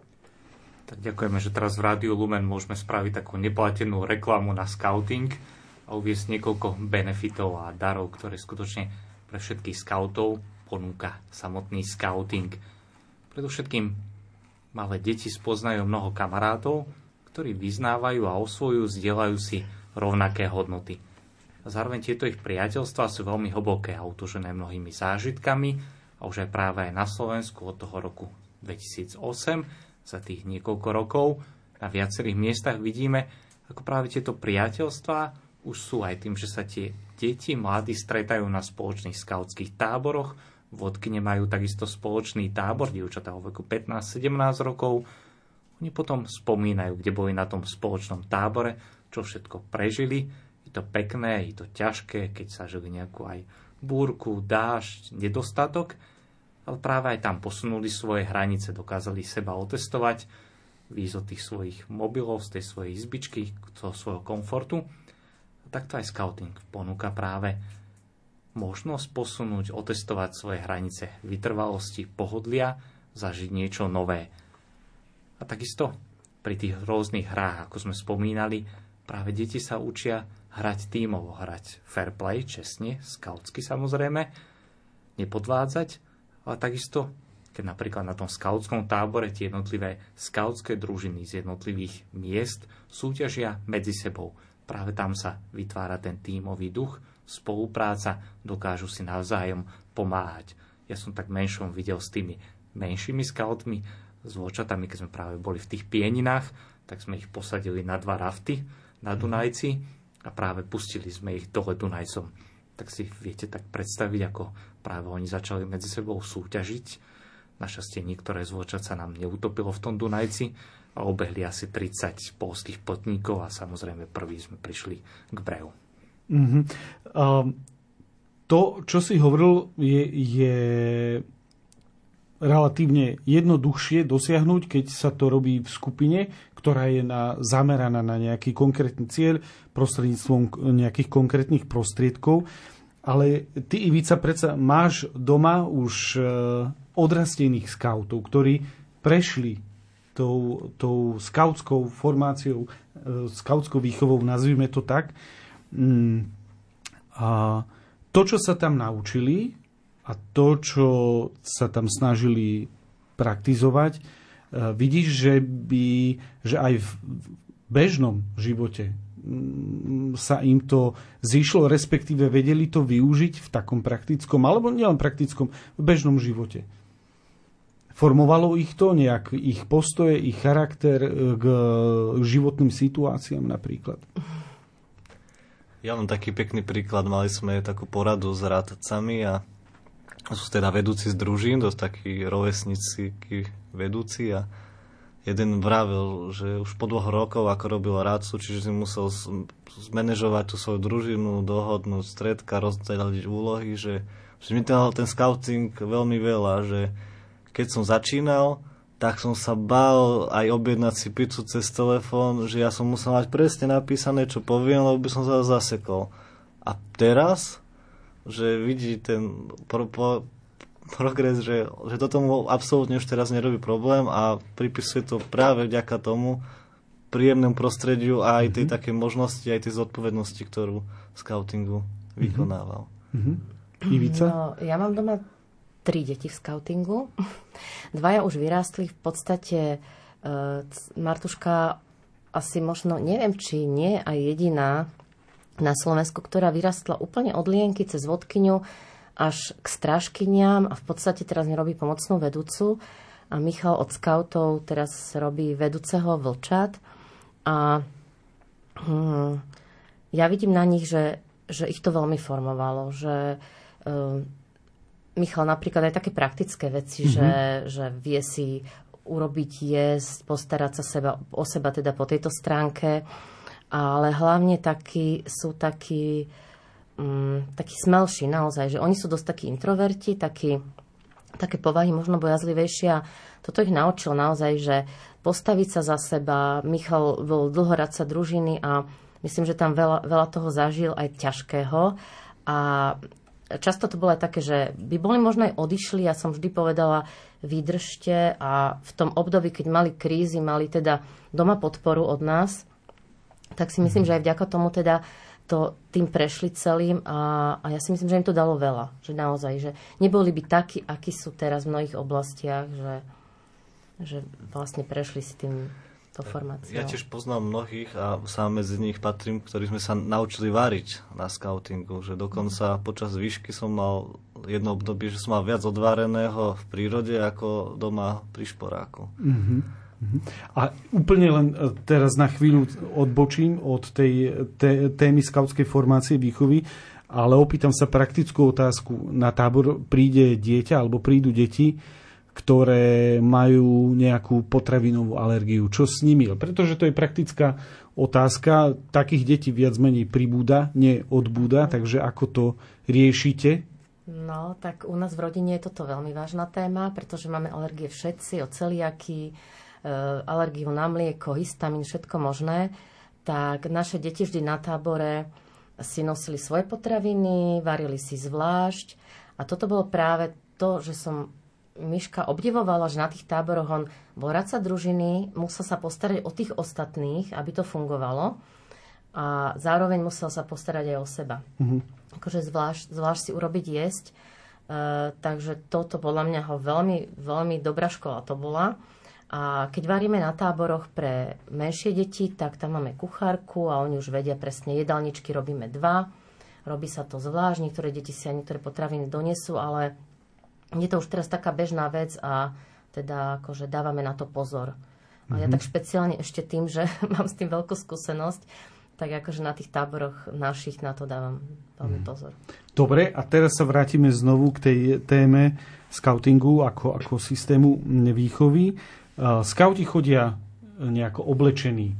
Tak ďakujeme, že teraz v Rádiu Lumen môžeme spraviť takú neplatenú reklamu na skauting a uviesť niekoľko benefitov a darov, ktoré skutočne pre všetkých skautov ponúka samotný skauting. Predovšetkým malé deti spoznajú mnoho kamarátov, ktorí vyznávajú a osvojujú, zdieľajú si rovnaké hodnoty. A zároveň tieto ich priateľstvá sú veľmi hlboké a utužené mnohými zážitkami a už aj práve aj na Slovensku od toho roku 2008 za tých niekoľko rokov na viacerých miestach vidíme, ako práve tieto priateľstvá už sú aj tým, že sa tie deti, mladí stretajú na spoločných skautských táboroch, vodkyne majú takisto spoločný tábor, dievčatá vo veku 15-17 rokov. Oni potom spomínajú, kde boli na tom spoločnom tábore, čo všetko prežili. Je to pekné, je to ťažké, keď sa žili nejakú aj búrku, dážď, nedostatok, ale práve aj tam posunuli svoje hranice, dokázali seba otestovať, výjsť od tých svojich mobilov, z tej svojej izbičky, toho svojho komfortu. A takto aj skauting ponúka práve možnosť posunúť, otestovať svoje hranice vytrvalosti, pohodlia, zažiť niečo nové. A takisto pri tých rôznych hrách, ako sme spomínali, práve deti sa učia hrať tímovo, hrať fair play, čestne, skautsky samozrejme, nepodvádzať, ale takisto, keď napríklad na tom skautskom tábore tie jednotlivé skautské družiny z jednotlivých miest súťažia medzi sebou. Práve tam sa vytvára ten tímový duch, spolupráca, dokážu si navzájom pomáhať. Ja som tak menšom videl s tými menšími skautmi, s vlčatami, keď sme práve boli v tých pieninách, tak sme ich posadili na 2 rafty na Dunajci a práve pustili sme ich dole Dunajcom. Tak si viete tak predstaviť, ako práve oni začali medzi sebou súťažiť. Našťastie niektoré z vlčat sa nám neutopilo v tom Dunajci a obehli asi 30 poľských plotníkov a samozrejme prvý sme prišli k brehu. Mm-hmm. To, čo si hovoril, je relatívne jednoduchšie dosiahnuť, keď sa to robí v skupine, ktorá je zameraná na nejaký konkrétny cieľ prostredníctvom nejakých konkrétnych prostriedkov. Ale ty, Ivica, predsa máš doma už odrastených skautov, ktorí prešli tou skautskou formáciou, skautskou výchovou, nazvime to tak. A to, čo sa tam naučili a to, čo sa tam snažili praktizovať, vidíš, že aj v bežnom živote sa im to zišlo, respektíve vedeli to využiť v takom praktickom, alebo nielen praktickom, v bežnom živote. Formovalo ich to nejak, ich postoje, ich charakter k životným situáciám napríklad? Ja mám taký pekný príklad. Mali sme takú poradu s rádcami a sú teda vedúci z družín, dosť takí rovesníci vedúci a jeden vravel, že už po 2 rokoch, ako robil rádcu, čiže si musel zmanéžovať tú svoju družinu, dohodnúť stredka, rozdeliť úlohy, že mi ten scouting veľmi veľa, že keď som začínal, tak som sa bál aj objednať si pizzu cez telefón, že ja som musel mať presne napísané, čo poviem, lebo by som sa zasekol. A teraz, že vidí ten progres, že toto mu absolútne už teraz nerobí problém a pripisuje to práve vďaka tomu, príjemnému prostrediu a aj tej také možnosti, aj tej zodpovednosti, ktorú v skautingu vykonával. Ivica? No, ja mám doma 3 deti v skautingu. 2 už vyrástli. V podstate Martuška asi možno, neviem, či nie aj jediná na Slovensku, ktorá vyrastla úplne od lienky cez vodkyňu až k strážkyniam a v podstate teraz mi robí pomocnú vedúcu. A Michal od skautov teraz robí vedúceho vlčat. A ja vidím na nich, že ich to veľmi formovalo, že Michal napríklad aj také praktické veci, že vie si urobiť jesť, postarať sa o seba teda po tejto stránke, ale hlavne sú takí smelší naozaj, že oni sú dosť takí introverti, také povahy možno bojazlivejšie a toto ich naučil naozaj, že postaviť sa za seba. Michal bol dlhoradca družiny a myslím, že tam veľa toho zažil aj ťažkého a často to bolo aj také, že by boli možno aj odišli. Ja som vždy povedala, vydržte a v tom období, keď mali krízy, mali teda doma podporu od nás, tak si myslím, že aj vďaka tomu teda tým prešli celým a ja si myslím, že im to dalo veľa. Že naozaj, že neboli by takí, akí sú teraz v mnohých oblastiach, že vlastne prešli si týmto formáciou. Ja tiež poznám mnohých a sám medzi nich patrím, ktorí sme sa naučili váriť na skautingu, že dokonca počas výšky som mal jedno obdobie, že som mal viac odvareného v prírode ako doma pri šporáku. A úplne len teraz na chvíľu odbočím od tej témy skautskej formácie výchovy, ale opýtam sa praktickú otázku. Na tábor príde dieťa alebo prídu deti, ktoré majú nejakú potravinovú alergiu. Čo s nimi? Pretože to je praktická otázka. Takých detí viac menej pribúda, nie odbúda. Takže ako to riešite? No, tak u nás v rodine je toto veľmi vážna téma, pretože máme alergie všetci, od celiaky, alergiu na mlieko, histamín, všetko možné. Tak naše deti vždy na tábore si nosili svoje potraviny, varili si zvlášť. A toto bolo práve to, že som Miška obdivovala, že na tých táboroch on bol radca družiny, musel sa postarať o tých ostatných, aby to fungovalo. A zároveň musel sa postarať aj o seba. Akože zvlášť si urobiť jesť. Takže toto podľa mňa veľmi, veľmi dobrá škola to bola. A keď varíme na táboroch pre menšie deti, tak tam máme kuchárku a oni už vedia presne, jedálničky robíme 2. Robí sa to zvlášť, niektoré deti si aj niektoré potraviny donesú, ale je to už teraz taká bežná vec a teda akože dávame na to pozor. A ja tak špeciálne ešte tým, že mám s tým veľkú skúsenosť, tak akože na tých táboroch našich na to dávam veľmi pozor. Dobre, a teraz sa vrátime znovu k tej téme skautingu ako systému výchovy. Skauti chodia nejako oblečení,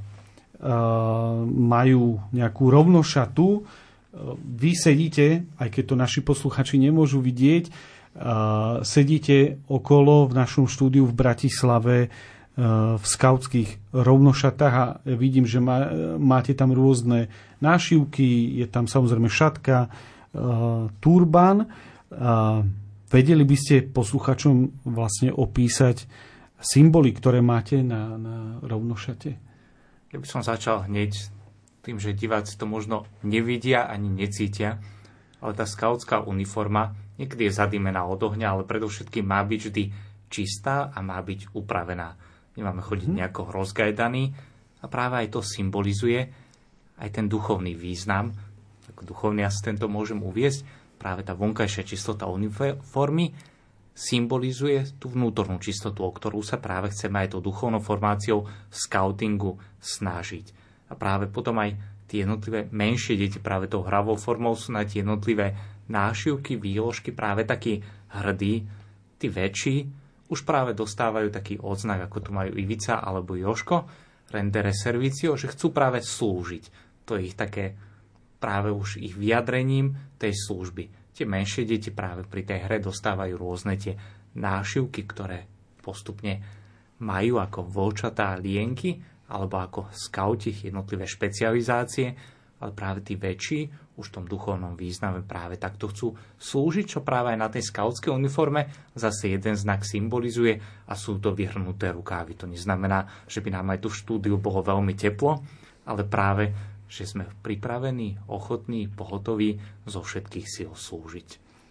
majú nejakú rovnošatu. Vy sedíte, aj keď to naši posluchači nemôžu vidieť, sedíte okolo v našom štúdiu v Bratislave v skautských rovnošatách a vidím, že máte tam rôzne nášivky, je tam samozrejme šatka, turbán. Vedeli by ste posluchačom vlastne opísať symboly, ktoré máte na rovnošate? Ja by som začal hneď tým, že diváci to možno nevidia ani necítia, ale tá skautská uniforma niekedy je zadýmená od ohňa, ale predovšetkým má byť vždy čistá a má byť upravená. Nemáme chodiť nejako rozgajdaný a práve aj to symbolizuje aj ten duchovný význam. Ako duchovný asistent to môžem uviesť. Práve tá vonkajšia čistota uniformy symbolizuje tú vnútornú čistotu, o ktorú sa práve chceme aj tou duchovnou formáciou skautingu snažiť. A práve potom aj tie jednotlivé menšie deti práve tou hravou formou sú na tie jednotlivé nášivky, výložky práve takí hrdí. Tí väčší už práve dostávajú taký odznak, ako tu majú Ivica alebo Joško, rendere servicio, že chcú práve slúžiť. To je ich také práve už ich vyjadrením tej služby. Tie menšie deti práve pri tej hre dostávajú rôzne tie nášivky, ktoré postupne majú ako vlčatá lienky, alebo ako skauti jednotlivé špecializácie, ale práve tí väčší už v tom duchovnom význame práve takto chcú slúžiť, čo práve aj na tej skautskej uniforme zase jeden znak symbolizuje a sú to vyhrnuté rukávy. To neznamená, že by nám aj tu v štúdiu bolo veľmi teplo, ale práve, že sme pripravení, ochotní, pohotoví zo všetkých síl slúžiť.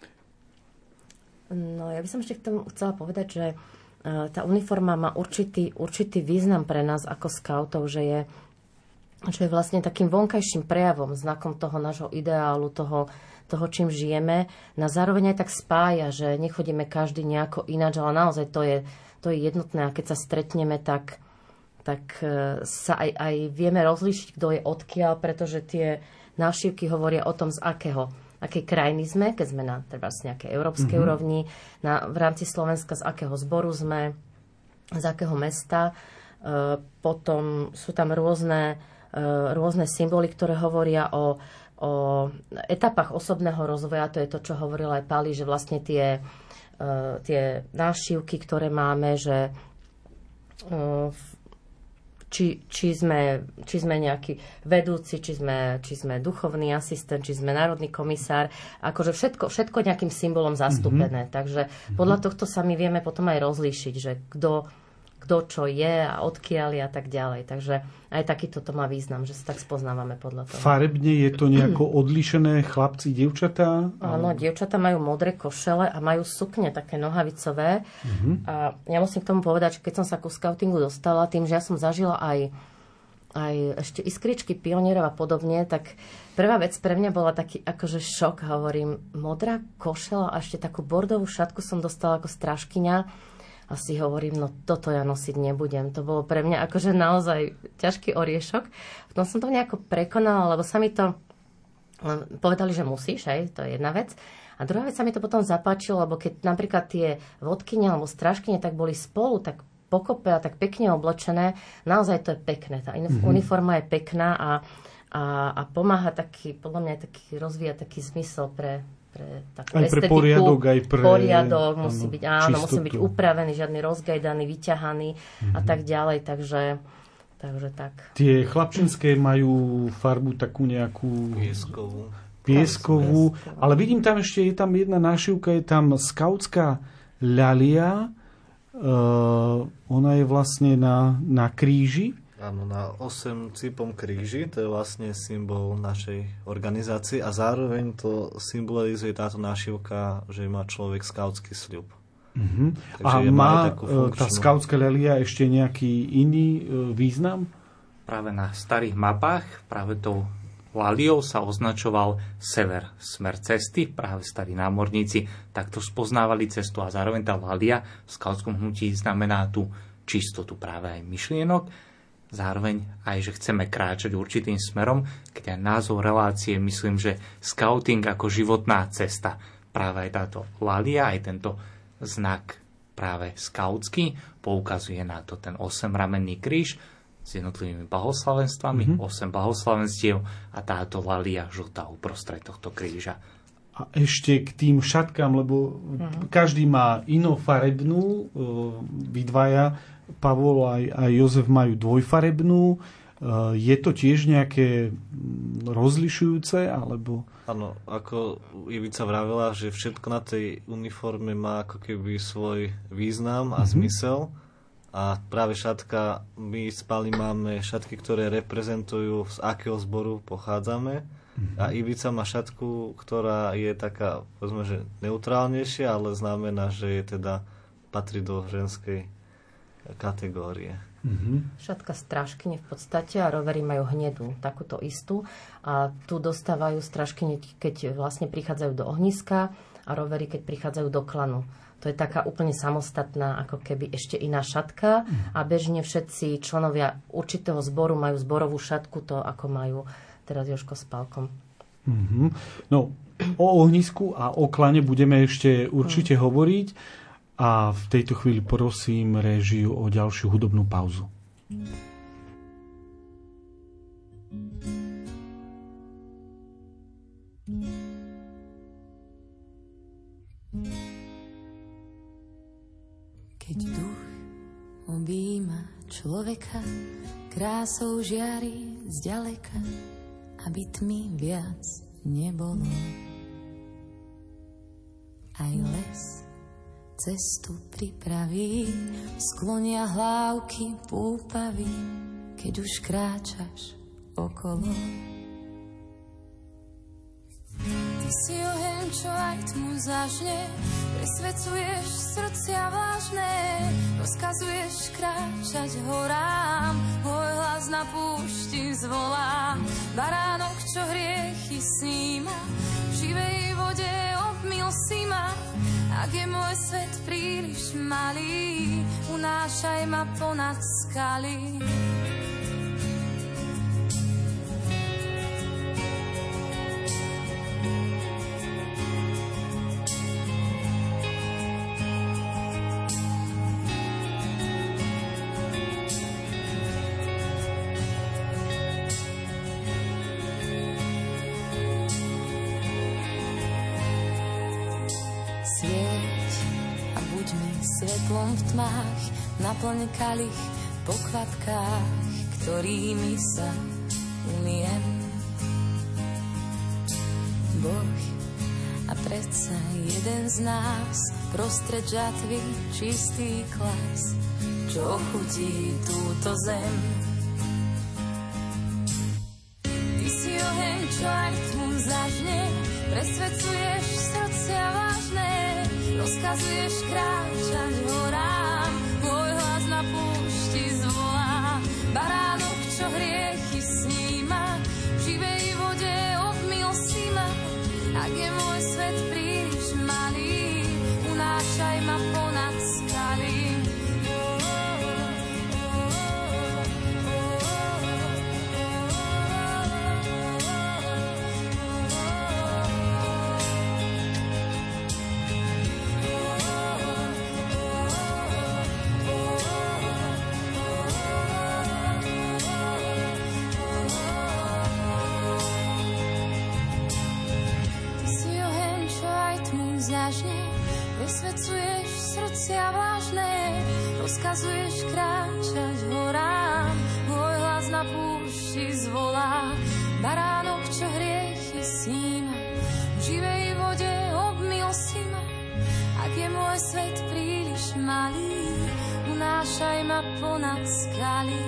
No, ja by som ešte k tomu chcela povedať, že tá uniforma má určitý význam pre nás ako skautov, že je vlastne takým vonkajším prejavom, znakom toho nášho ideálu, toho, čím žijeme. Na zároveň aj tak spája, že nechodíme každý nejako ináč, ale naozaj to je jednotné. A keď sa stretneme, tak sa aj vieme rozlíšiť, kto je odkiaľ, pretože tie návšivky hovoria o tom, z akej krajiny sme, keď sme na nejakej európskej úrovni, v rámci Slovenska, z akého zboru sme, z akého mesta. Potom sú tam rôzne symboly, ktoré hovoria o etapách osobného rozvoja. To je to, čo hovoril aj Pali, že vlastne tie návšivky, ktoré máme, že či sme nejaký vedúci, či sme duchovný asistent, či sme národný komisár, akože všetko nejakým symbolom zastúpené. Takže podľa tohto sa my vieme potom aj rozlíšiť, že kto čo je a odkiaľ je a tak ďalej. Takže aj takýto to má význam, že sa tak spoznávame podľa toho. Farebne je to nejako odlišené, chlapci, dievčatá? Áno, dievčatá majú modré košele a majú sukne také nohavicové. A ja musím k tomu povedať, že keď som sa ku skautingu dostala, tým, že ja som zažila aj ešte iskričky pionierov a podobne, tak prvá vec pre mňa bola taký akože šok. Hovorím, modrá košela a ešte takú bordovú šatku som dostala ako strážkyňa. A si hovorím, no toto ja nosiť nebudem. To bolo pre mňa akože naozaj ťažký oriešok. Potom som to nejako prekonala, lebo sa mi to povedali, že musíš, aj, to je jedna vec. A druhá vec sa mi to potom zapáčilo, lebo keď napríklad tie vodkyne alebo strážkyne tak boli spolu, tak pokope a tak pekne oblečené, naozaj to je pekné. Tá uniforma je pekná a pomáha taký, podľa mňa taký, rozvíja taký zmysel pre takú aj pre estetiku. Poriadok musí byť, áno, musí byť upravený, žiadny rozgajdaný, vyťahaný a tak ďalej, takže tak. Tie chlapčenské majú farbu takú nejakú pieskovú, ale vidím tam ešte, je tam jedna nášivka, je tam skautská ľalia, ona je vlastne na kríži. Áno, na 8 cípom kríži, to je vlastne symbol našej organizácie a zároveň to symbolizuje táto nášivka, že má človek skautský sľub. A má tá skautská ľalia ešte nejaký iný význam? Práve na starých mapách, práve tou ľaliou sa označoval sever, smer cesty, práve starí námorníci takto spoznávali cestu a zároveň tá ľalia v skautskom hnutí znamená tú čistotu práve aj myšlienok. Zároveň aj, že chceme kráčať určitým smerom, keď aj názov relácie, myslím, že skauting ako životná cesta. Práve aj táto ľalia, aj tento znak práve skautský poukazuje na to ten 8-ramenný kríž s jednotlivými blahoslavenstvami, 8 blahoslavenstiev a táto ľalia žltá uprostred tohto kríža. A ešte k tým šatkám, lebo každý má inofarebnú, vy dvaja, Pavol aj Jozef majú dvojfarebnú. Je to tiež nejaké rozlišujúce, alebo... Áno, ako Ivica vravila, že všetko na tej uniforme má ako keby svoj význam a zmysel. A práve šatka, my s Pali máme šatky, ktoré reprezentujú, z akého zboru pochádzame. A Ivica má šatku, ktorá je taká, povedzme, že neutrálnejšia, ale znamená, že je teda patrí do ženskej kategórie. Šatka strážkyne v podstate a rovery majú hnedú, takúto istú. A tu dostávajú strážkyne, keď vlastne prichádzajú do ohniska a rovery, keď prichádzajú do klanu. To je taká úplne samostatná, ako keby ešte iná šatka a bežne všetci členovia určitého zboru majú zborovú šatku, to ako majú teraz Jožko s Pálkom. No, o ohnisku a o klane budeme ešte určite hovoriť. A v tejto chvíli prosím réžiu o ďalšiu hudobnú pauzu. Keď duch objíma človeka, krásou žiari zďaleka, aby tmy viac nebolo. Aj les cestu pripraví, sklonia hlávky púpavy, keď už kráčaš okolo. Ty si oheň, čo aj tmu zažne, presvedcuješ srdcia vážne, rozkazuješ kráčať horám, môj hlas na púšti zvolá. Baránok, čo hriechy sníma, v živej vode obmyl si ma. Ak je môj svet príliš malý, unášaj ma ponad skaly. Svetlom v tmách, naplň kalich po kvapkách, ktorými sa umiem. Boh, a predsa jeden z nás, prostred žatvy čistý klas, čo ochutí túto zem. Ty si oheň, čo aj tmu zažne, presvedcuješ srdcia vážne, rozkazuješ kráčať horám, môj hlas na púšti zvolá. Baránok, čo hriechy sníma, v živej vode obmyl si ma. Ak je môj svet príliš malý, unášaj ma ponad skaly. Presvedcuješ srdcia vážne, rozkazuješ kráčať horám, môj hlas na púšti zvolá. Baránok, čo hriechy sníma, v živej vode obmyl si ma. Ak je môj svet príliš malý, unášaj ma ponad skaly.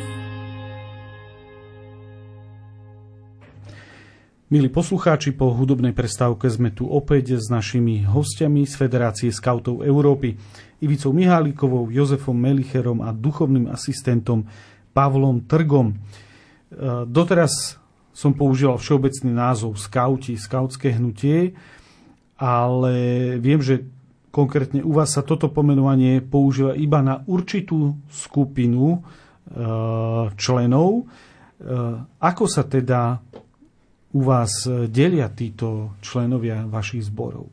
Milí poslucháči, po hudobnej prestávke sme tu opäť s našimi hostiami z Federácie skautov Európy, Ivicou Mihálikovou, Jozefom Melicherom a duchovným asistentom Pavlom Trgom. Doteraz som používal všeobecný názov skauti, skautské hnutie, ale viem, že konkrétne u vás sa toto pomenovanie používa iba na určitú skupinu členov. Ako sa teda u vás delia títo členovia vašich zborov?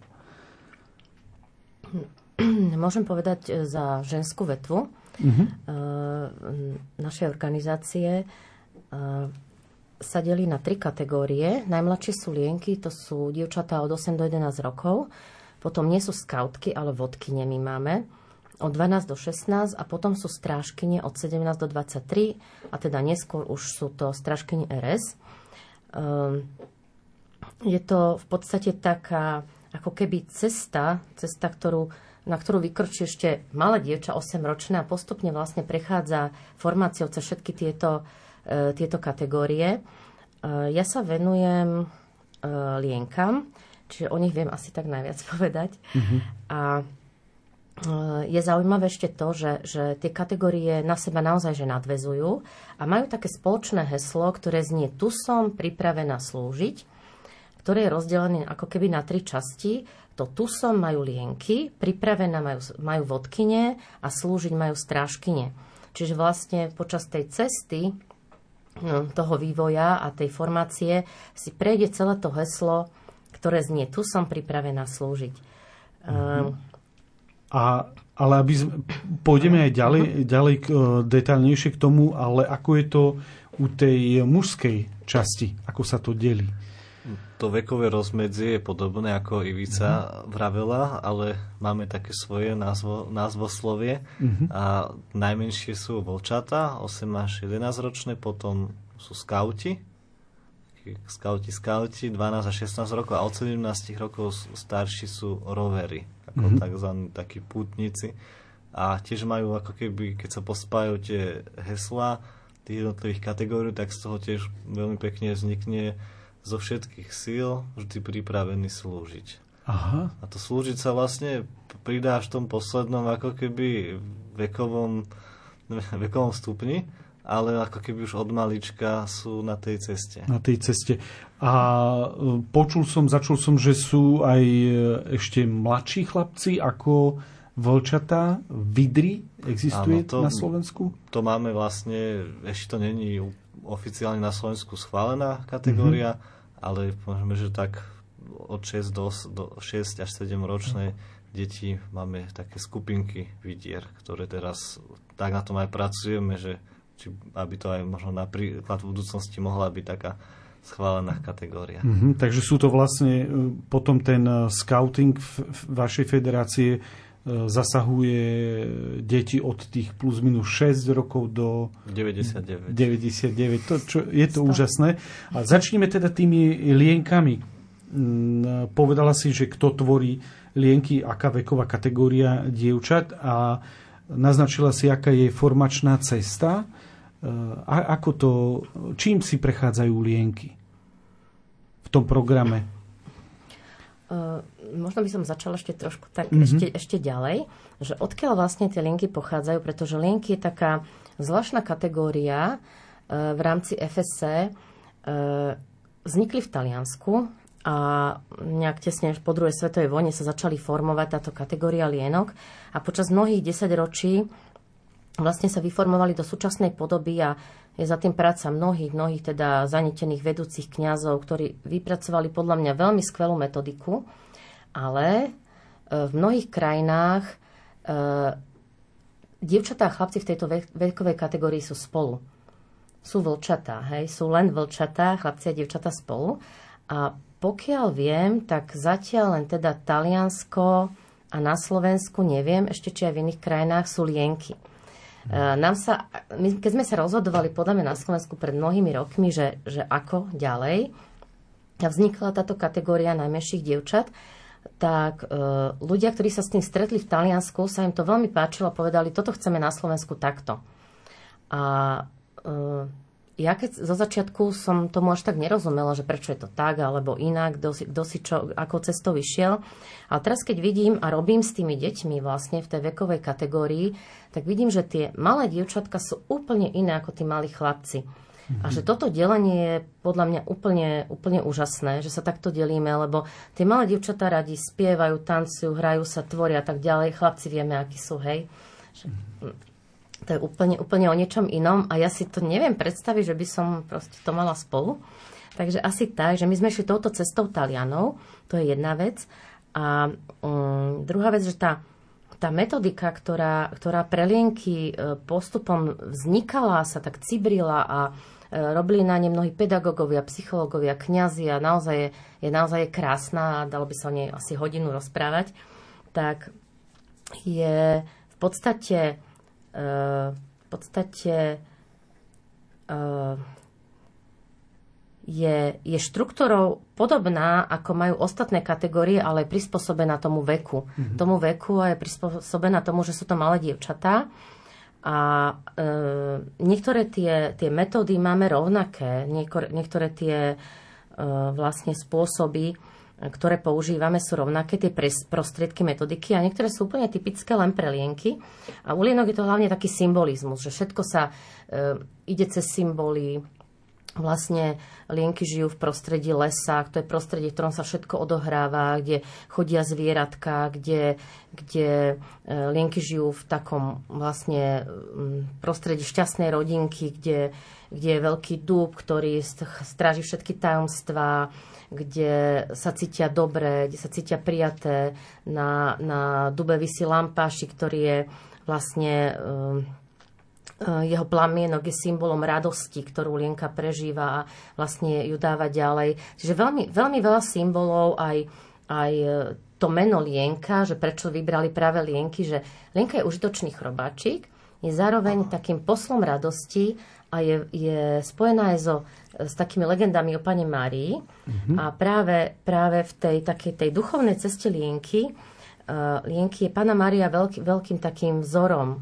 Môžem povedať za ženskú vetvu našej organizácie. Sa delí na 3 kategórie. Najmladšie sú lienky, to sú dievčatá od 8 do 11 rokov. Potom nie sú skautky, ale vodkyne my máme od 12 do 16 a potom sú strážkyne od 17 do 23 a teda neskôr už sú to strážkyne RS. Je to v podstate taká ako keby cesta, na ktorú vykročí ešte malé dievča 8-ročné a postupne vlastne prechádza formáciou cez všetky tieto kategórie. Ja sa venujem lienkam, čiže o nich viem asi tak najviac povedať. A je zaujímavé ešte to, že tie kategórie na seba naozaj že nadväzujú a majú také spoločné heslo, ktoré znie tu som pripravená slúžiť, ktoré je rozdelené ako keby na 3 časti. To tu som majú lienky, pripravená majú vodkyne a slúžiť majú strážkyne. Čiže vlastne počas tej cesty toho vývoja a tej formácie si prejde celé to heslo, ktoré znie tu som pripravená slúžiť. Ale aby pôjdeme aj ďalej detailnejšie k tomu, ale ako je to u tej mužskej časti, ako sa to delí? To vekové rozmedzie je podobné, ako Ivica vravela, ale máme také svoje názvoslovie. A najmenšie sú vlčatá, 8 až 11 ročné, potom sú skauti, takí skauti, 12 a 16 rokov a od 17 rokov starší sú rovery, ako takí pútnici. A tiež majú ako keby, keď sa pospájajú tie heslá tých jednotlivých kategórií, tak z toho tiež veľmi pekne vznikne zo všetkých síl vždy pripravený slúžiť. Aha. A to slúžiť sa vlastne pridá až v tom poslednom ako keby vekovom stupni, ale ako keby už od malička sú na tej ceste. Na tej ceste. A začul som, že sú aj ešte mladší chlapci ako vlčatá, vidry. Existuje na Slovensku? To máme vlastne, ešte to není oficiálne na Slovensku schválená kategória, ale môžeme, že tak od 6 do 6 až 7 ročné deti máme také skupinky vidier, ktoré teraz tak na tom aj pracujeme, že aby to aj možno napríklad v budúcnosti mohla byť taká schválená kategória. Takže sú to vlastne potom ten scouting v vašej federácie zasahuje deti od tých plus minus 6 rokov do 99. Je to úžasné. A začneme teda tými lienkami. Povedala si, že kto tvorí lienky, aká veková kategória dievčat a naznačila si, aká je formačná cesta. Čím si prechádzajú lienky v tom programe? Možno by som začala ešte trošku tak ešte ďalej, že odkiaľ vlastne tie lienky pochádzajú, pretože lienky je taká zvláštna kategória v rámci FSC. Vznikli v Taliansku a nejak tesne po druhej svetovej vojne sa začali formovať táto kategória lienok a počas mnohých 10 ročí vlastne sa vyformovali do súčasnej podoby a je za tým práca mnohých teda zanietených vedúcich kňazov, ktorí vypracovali podľa mňa veľmi skvelú metodiku, ale v mnohých krajinách dievčatá a chlapci v tejto vekovej kategórii sú spolu. Sú vlčatá, sú len vlčatá, chlapci a dievčatá spolu. A pokiaľ viem, tak zatiaľ len teda Taliansko a na Slovensku, neviem, ešte či aj v iných krajinách sú lienky. Keď sme sa rozhodovali podľa mňa na Slovensku pred mnohými rokmi, že ako ďalej, a vznikla táto kategória najmenších dievčat, tak ľudia, ktorí sa s tým stretli v Taliansku, sa im to veľmi páčilo a povedali, toto chceme na Slovensku takto. A ja keď zo začiatku som tomu až tak nerozumela, že prečo je to tak, alebo inak, kto si čo, ako cestou išiel. Ale teraz, keď vidím a robím s tými deťmi vlastne v tej vekovej kategórii, tak vidím, že tie malé dievčatka sú úplne iné ako tí malí chlapci. A že toto delenie je podľa mňa úplne úžasné, že sa takto delíme, lebo tie malé dievčatá radi spievajú, tancujú, hrajú sa, tvoria a tak ďalej. Chlapci vieme, akí sú, hej. To je úplne o niečom inom a ja si to neviem predstaviť, že by som proste to mala spolu. Takže asi tak, že my sme šli touto cestou Talianov, to je jedna vec. A druhá vec, že tá metodika, ktorá pre lienky postupom vznikala, sa tak cibrila a robili na ne mnohí pedagógovia, psychológovia, kňazi a je naozaj krásna a dalo by sa o nej asi hodinu rozprávať, tak je v podstate je štruktúrou podobná, ako majú ostatné kategórie, ale je prispôsobená tomu veku. Tomu veku a je prispôsobená tomu, že sú to malé dievčatá. A niektoré tie metódy máme rovnaké. Niektoré tie vlastne spôsoby, ktoré používame, sú rovnaké, tie prostriedky, metodiky a niektoré sú úplne typické len pre lienky. A u lienok je to hlavne taký symbolizmus, že všetko sa ide cez symboly. Vlastne lienky žijú v prostredí lesa, to je prostredie, v ktorom sa všetko odohráva, kde chodia zvieratka, kde lienky žijú v takom vlastne prostredí šťastnej rodinky, kde je veľký dúb, ktorý stráži všetky tajomstvá, kde sa cítia dobre, kde sa cítia prijaté. Na dube visí lampášik, ktorý je vlastne jeho plamienok je symbolom radosti, ktorú lienka prežíva a vlastne ju dáva ďalej. Čiže veľmi, veľmi veľa symbolov, aj to meno lienka, že prečo vybrali práve lienky, že lienka je užitočný chrobáčik, je zároveň takým poslom radosti a je spojená aj s takými legendami o Pane Márii. A práve v tej duchovnej ceste Lienky je Panna Mária veľkým takým vzorom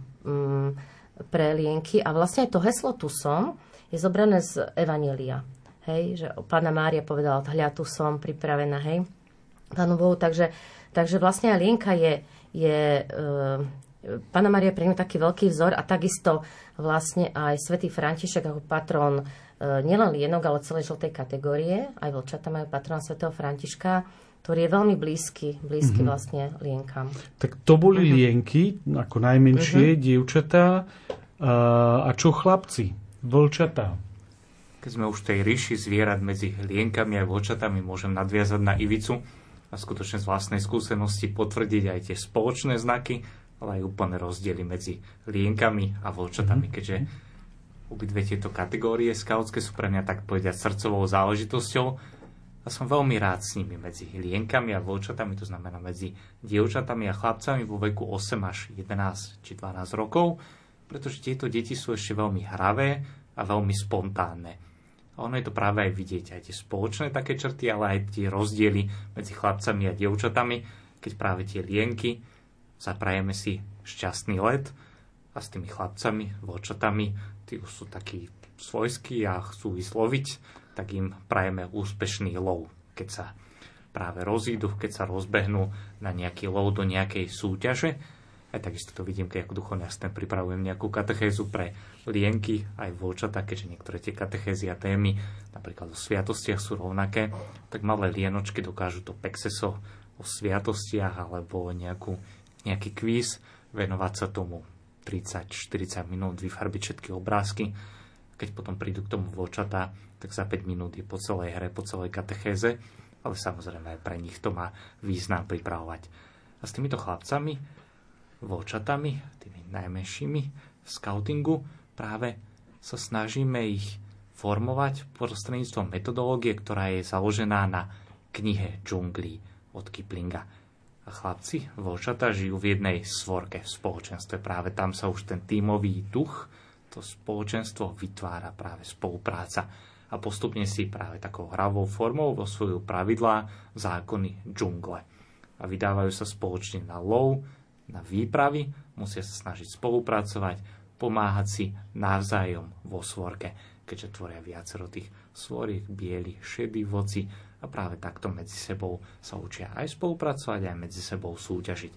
pre Lienky. A vlastne aj to heslo Tu som je zobrané z Evanjelia. Hej, že Panna Mária povedala, hľa, tu som pripravená, hej, Pánu Bohu. Takže vlastne aj Lienka je Panna Mária pre ňu taký veľký vzor a takisto vlastne aj svätý František ako patron nielen lienok, ale celej žltej kategórie. Aj vlčatá majú patrona svätého Františka, ktorý je veľmi blízky vlastne lienkam. Tak to boli lienky, ako najmenšie dievčatá. A čo chlapci? Vlčatá. Keď sme už v tej ríši zvierat medzi lienkami a vlčatami, môžem nadviazať na Ivicu a skutočne z vlastnej skúsenosti potvrdiť aj tie spoločné znaky, ale aj úplné rozdiely medzi lienkami a vlčatami, keďže obidve tieto kategórie skautské sú pre mňa tak povedať srdcovou záležitosťou. A som veľmi rád s nimi medzi lienkami a vlčatami, to znamená medzi dievčatami a chlapcami vo veku 8 až 11 či 12 rokov, pretože tieto deti sú ešte veľmi hravé a veľmi spontánne. A ono je to práve aj vidieť, aj tie spoločné také črty, ale aj tie rozdiely medzi chlapcami a dievčatami, keď práve tie lienky zaprajeme si šťastný let a s tými chlapcami, vlčatami, tí už sú takí svojskí a chcú ísť loviť, tak im prajeme úspešný lov, keď sa práve rozídu, keď sa rozbehnú na nejaký lov do nejakej súťaže. Aj takisto to vidím, keď ako duchovný asistent pripravujem nejakú katechézu pre lienky, aj vlčatá, keďže niektoré tie katechézy a témy, napríklad o sviatostiach sú rovnaké, tak malé lienočky dokážu to pexeso o sviatostiach alebo nejaký kvíz, venovať sa tomu 30-40 minút, vyfarbiť všetky obrázky. Keď potom prídu k tomu vlčatá, tak za 5 minút je po celej hre, po celej katechéze, ale samozrejme aj pre nich to má význam pripravovať. A s týmito chlapcami, vlčatami, tými najmenšími v skautingu, práve sa snažíme ich formovať prostredníctvom metodológie, ktorá je založená na knihe Džunglí od Kiplinga. A chlapci, vlčatá, žijú v jednej svorke, v spoločenstve. Práve tam sa už ten tímový duch, to spoločenstvo vytvára, práve spolupráca. A postupne si práve takou hravou formou vo svoju pravidlá zákony džungle. A vydávajú sa spoločne na lov, na výpravy, musia sa snažiť spolupracovať, pomáhať si navzájom vo svorke, keďže tvoria viacero tých svoriek, bieli, šedí vlci a práve takto medzi sebou sa učia aj spolupracovať, aj medzi sebou súťažiť.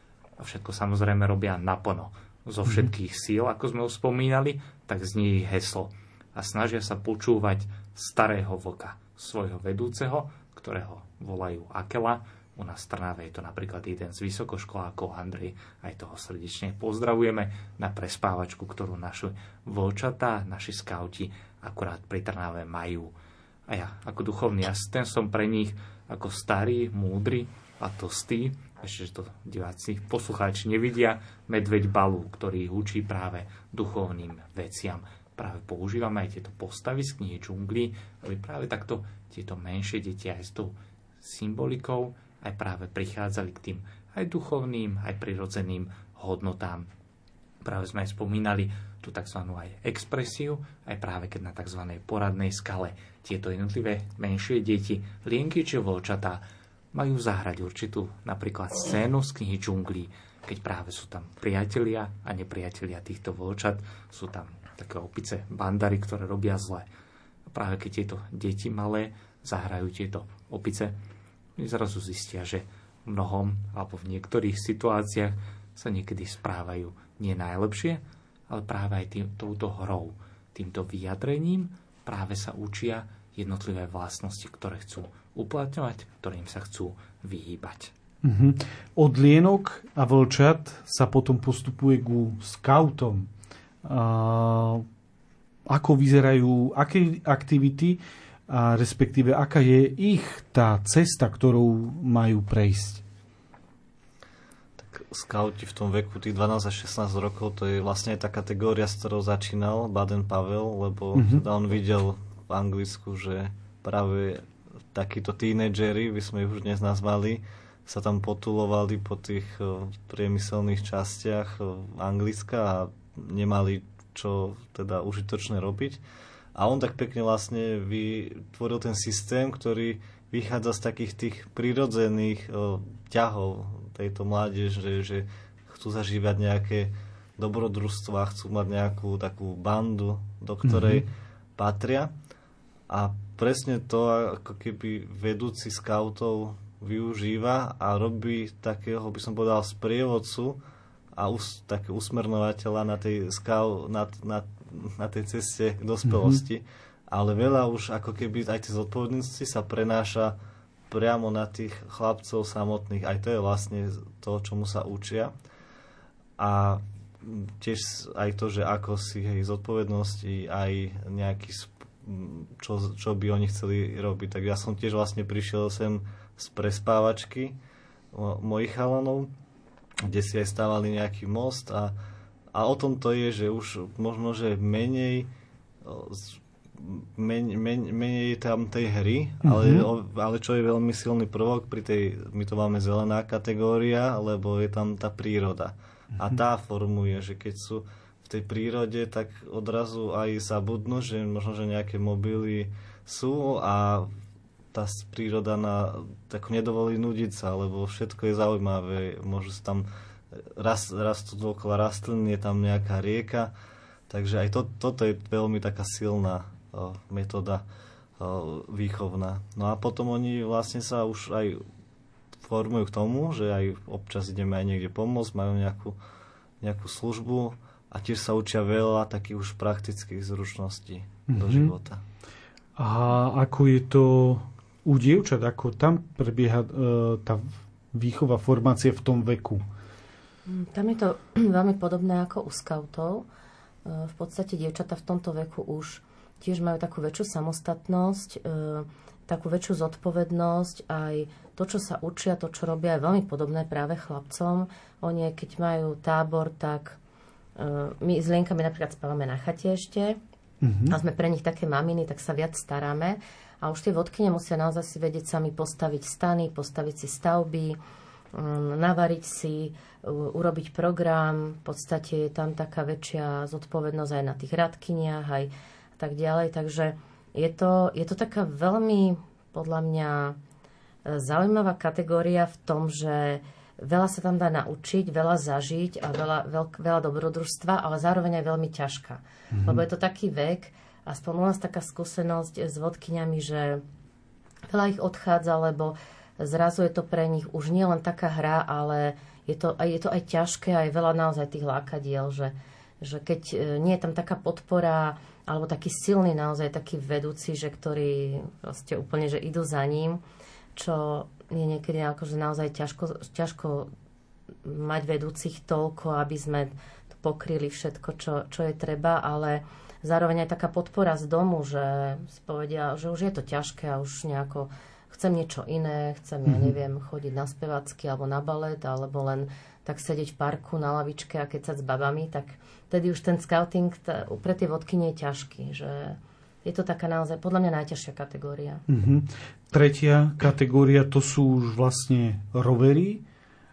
A všetko samozrejme robia naplno. Zo všetkých síl, ako sme už spomínali, tak znie ich heslo. A snažia sa počúvať starého vlka, svojho vedúceho, ktorého volajú Akela. U nás v Trnave je to napríklad jeden z vysokoškolákov, Andrej, aj toho srdečne pozdravujeme na prespávačku, ktorú naši vlčatá, naši skauti akurát pri Trnave majú. A ja ako duchovný asistent som pre nich ako starý, múdry a tlstý, ešte že to diváci, poslucháči nevidia, medveď Balú, ktorý učí práve duchovným veciam. Práve používame aj tieto postavy z knihy Džunglí, aby práve takto tieto menšie deti aj s tou symbolikou aj práve prichádzali k tým aj duchovným, aj prirodzeným hodnotám. Práve sme aj spomínali tú tzv. Aj expresiu, aj práve keď na tzv. Poradnej skale tieto jednotlivé menšie deti, lienky či vlčatá, majú zahrať určitú napríklad scénu z knihy Džunglí, keď práve sú tam priatelia a nepriatelia týchto vlčat, sú tam také opice, bandary, ktoré robia zle. A práve keď tieto deti malé zahrajú tieto opice, zrazu zistia, že v mnohom alebo v niektorých situáciách sa niekedy správajú nie najlepšie, ale práve aj touto hrou, týmto vyjadrením práve sa učia jednotlivé vlastnosti, ktoré chcú uplatňovať, ktorým sa chcú vyhýbať. Od lienok a vlčat sa potom postupuje ku skautom. Ako vyzerajú, aké aktivity, a respektíve aká je ich tá cesta, ktorou majú prejsť? Tak skauti v tom veku tých 12 až 16 rokov, to je vlastne tá kategória, s ktorou začínal Baden-Powell, lebo teda on videl v Anglicku, že práve takíto tínedžeri, by sme ich už dnes nazvali, sa tam potulovali po tých priemyselných častiach Anglicka a nemali čo teda užitočné robiť. A on tak pekne vlastne vytvoril ten systém, ktorý vychádza z takých tých prirodzených ťahov tejto mládeže, že chcú zažívať nejaké dobrodružstva, chcú mať nejakú takú bandu, do ktorej patria. A presne to, ako keby vedúci skautov využíva a robí takého, by som povedal, sprievodcu a takého usmernovateľa na tej ceste k dospelosti. Ale veľa už ako keby aj tie zodpovednosti sa prenáša priamo na tých chlapcov samotných. Aj to je vlastne to, čomu sa učia. A tiež aj to, že ako si zodpovednosti, aj nejaký čo by oni chceli robiť. Tak ja som tiež vlastne prišiel sem z prespávačky mojich chalanov, kde si aj stávali nejaký most a o tom to je, že už možno, že menej tam tej hry, ale čo je veľmi silný prvok pri tej, my to máme zelená kategória, lebo je tam tá príroda. A tá formuje, že keď sú v tej prírode, tak odrazu aj zabudnú, že možno, že nejaké mobily sú a tá príroda tak nedovolí nudiť sa, lebo všetko je zaujímavé. Môžu sa tam rastú dookola rastlín, je tam nejaká rieka, takže aj toto je veľmi taká silná metóda výchovná. No a potom oni vlastne sa už aj formujú k tomu, že aj občas ideme aj niekde pomôcť, majú nejakú službu a tiež sa učia veľa takých už praktických zručností do života. A ako je to u dievčat, ako tam prebieha tá výchova, formácia v tom veku? Tam je to veľmi podobné ako u skautov. V podstate dievčatá v tomto veku už tiež majú takú väčšiu samostatnosť, takú väčšiu zodpovednosť, aj to, čo sa učia, to, čo robia, je veľmi podobné práve chlapcom. Oni, keď majú tábor, tak my s Lienkami napríklad spávame na chate ešte a sme pre nich také maminy, tak sa viac staráme. A už tie vodkyne musia naozaj si vedieť sami postaviť stany, postaviť si stavby, navariť si, urobiť program. V podstate je tam taká väčšia zodpovednosť aj na tých radkyniach, aj tak ďalej. Takže je to taká veľmi, podľa mňa, zaujímavá kategória v tom, že veľa sa tam dá naučiť, veľa zažiť a veľa dobrodružstva, ale zároveň aj veľmi ťažká. Lebo je to taký vek, aspoň u nás taká skúsenosť s vodkyňami, že veľa ich odchádza, lebo zrazu je to pre nich už nie len taká hra, ale je to aj ťažké, aj veľa naozaj tých lákadiel, že keď nie je tam taká podpora, alebo taký silný naozaj taký vedúci, že ktorí proste úplne, že idú za ním, čo je niekedy akože naozaj ťažko mať vedúcich toľko, aby sme pokryli všetko, čo je treba, ale zároveň aj taká podpora z domu, že si povedia, že už je to ťažké a už nejako chcem niečo iné, chcem, ja neviem, chodiť na spevácky alebo na balet, alebo len tak sedieť v parku na lavičke a kecať s babami, tak tedy už ten scouting pre tie vodkyne je ťažký, že je to taká naozaj, podľa mňa, najťažšia kategória. Tretia kategória, to sú už vlastne rovery.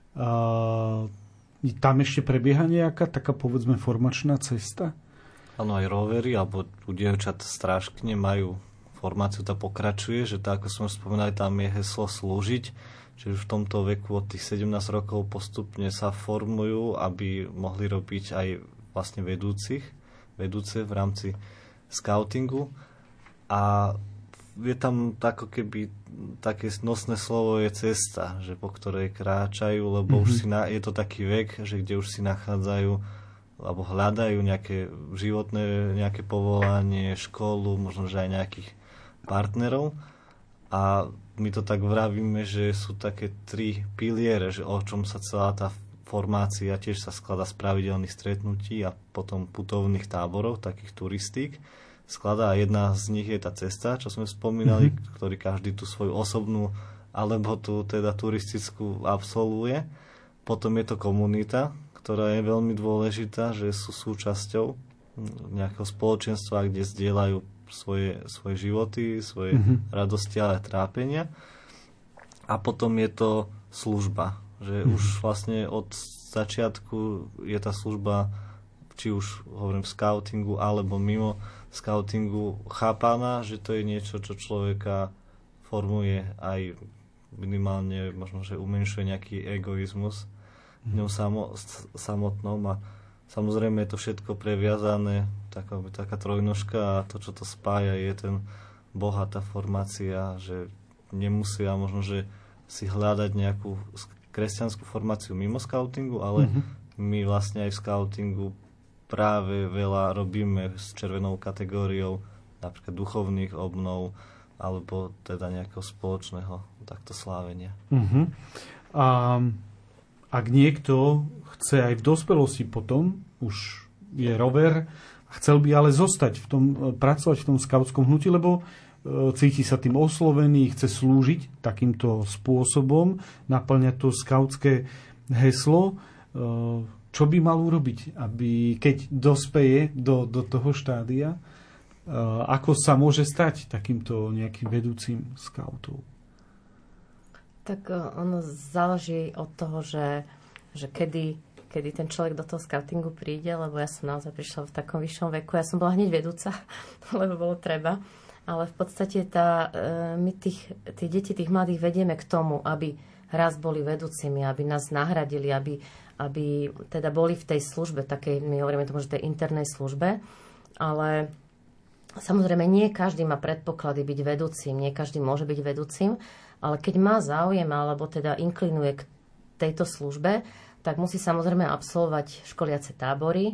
Tam ešte prebieha nejaká taká, povedzme, formačná cesta? Áno, aj rovery, alebo u dievčat strážkyne majú formáciu, tá pokračuje, že tak, ako sme spomínali, tam je heslo slúžiť, čiže v tomto veku od tých 17 rokov postupne sa formujú, aby mohli robiť aj vlastne vedúce v rámci scoutingu. A je tam ako keby také nosné slovo je cesta, že po ktorej kráčajú, lebo už je to taký vek, že kde už si nachádzajú alebo hľadajú nejaké životné, nejaké povolanie, školu, možno, že aj nejakých partnerov. A my to tak vravíme, že sú také 3 piliere, že o čom sa celá tá formácia tiež sa skladá z pravidelných stretnutí a potom putovných táborov, takých turistík. Skladá, jedna z nich je tá cesta, čo sme spomínali, ktorý každý tú svoju osobnú alebo tú teda turistickú absolvuje. Potom je to komunita, ktorá je veľmi dôležitá, že sú súčasťou nejakého spoločenstva, kde zdieľajú svoje životy, svoje radosti, ale trápenia. A potom je to služba, že už vlastne od začiatku je tá služba v či už hovorím v skautingu alebo mimo skautingu, chápaná, že to je niečo, čo človeka formuje aj minimálne, možno, že umenšuje nejaký egoizmus v ňom samotnom a samozrejme je to všetko previazané, taká trojnožka a to, čo to spája, je ten bohatá formácia, že nemusia možno, že si hľadať nejakú kresťanskú formáciu mimo skautingu, ale my vlastne aj v skautingu práve veľa robíme s červenou kategóriou napríklad duchovných obnov alebo teda nejakého spoločného takto slávenia. A ak niekto chce aj v dospelosti potom, už je rover, chcel by ale zostať pracovať v tom skautskom hnutí, lebo cíti sa tým oslovený, chce slúžiť takýmto spôsobom, naplňať to skautské heslo. Čo by mal urobiť, aby keď dospeje do toho štádia, ako sa môže stať takýmto nejakým vedúcim skautov? Tak ono záleží od toho, že kedy ten človek do toho skautingu príde, lebo ja som naozaj prišla v takom vyššom veku. Ja som bola hneď vedúca, lebo bolo treba. Ale v podstate my tí deti, tých mladých vedieme k tomu, aby raz boli vedúcimi, aby nás nahradili, aby teda boli v tej službe, takej, my hovoríme tomu, že tej internej službe. Ale samozrejme nie každý má predpoklady byť vedúcim, nie každý môže byť vedúcim, ale keď má záujem alebo teda inklinuje k tejto službe, tak musí samozrejme absolvovať školiace tábory.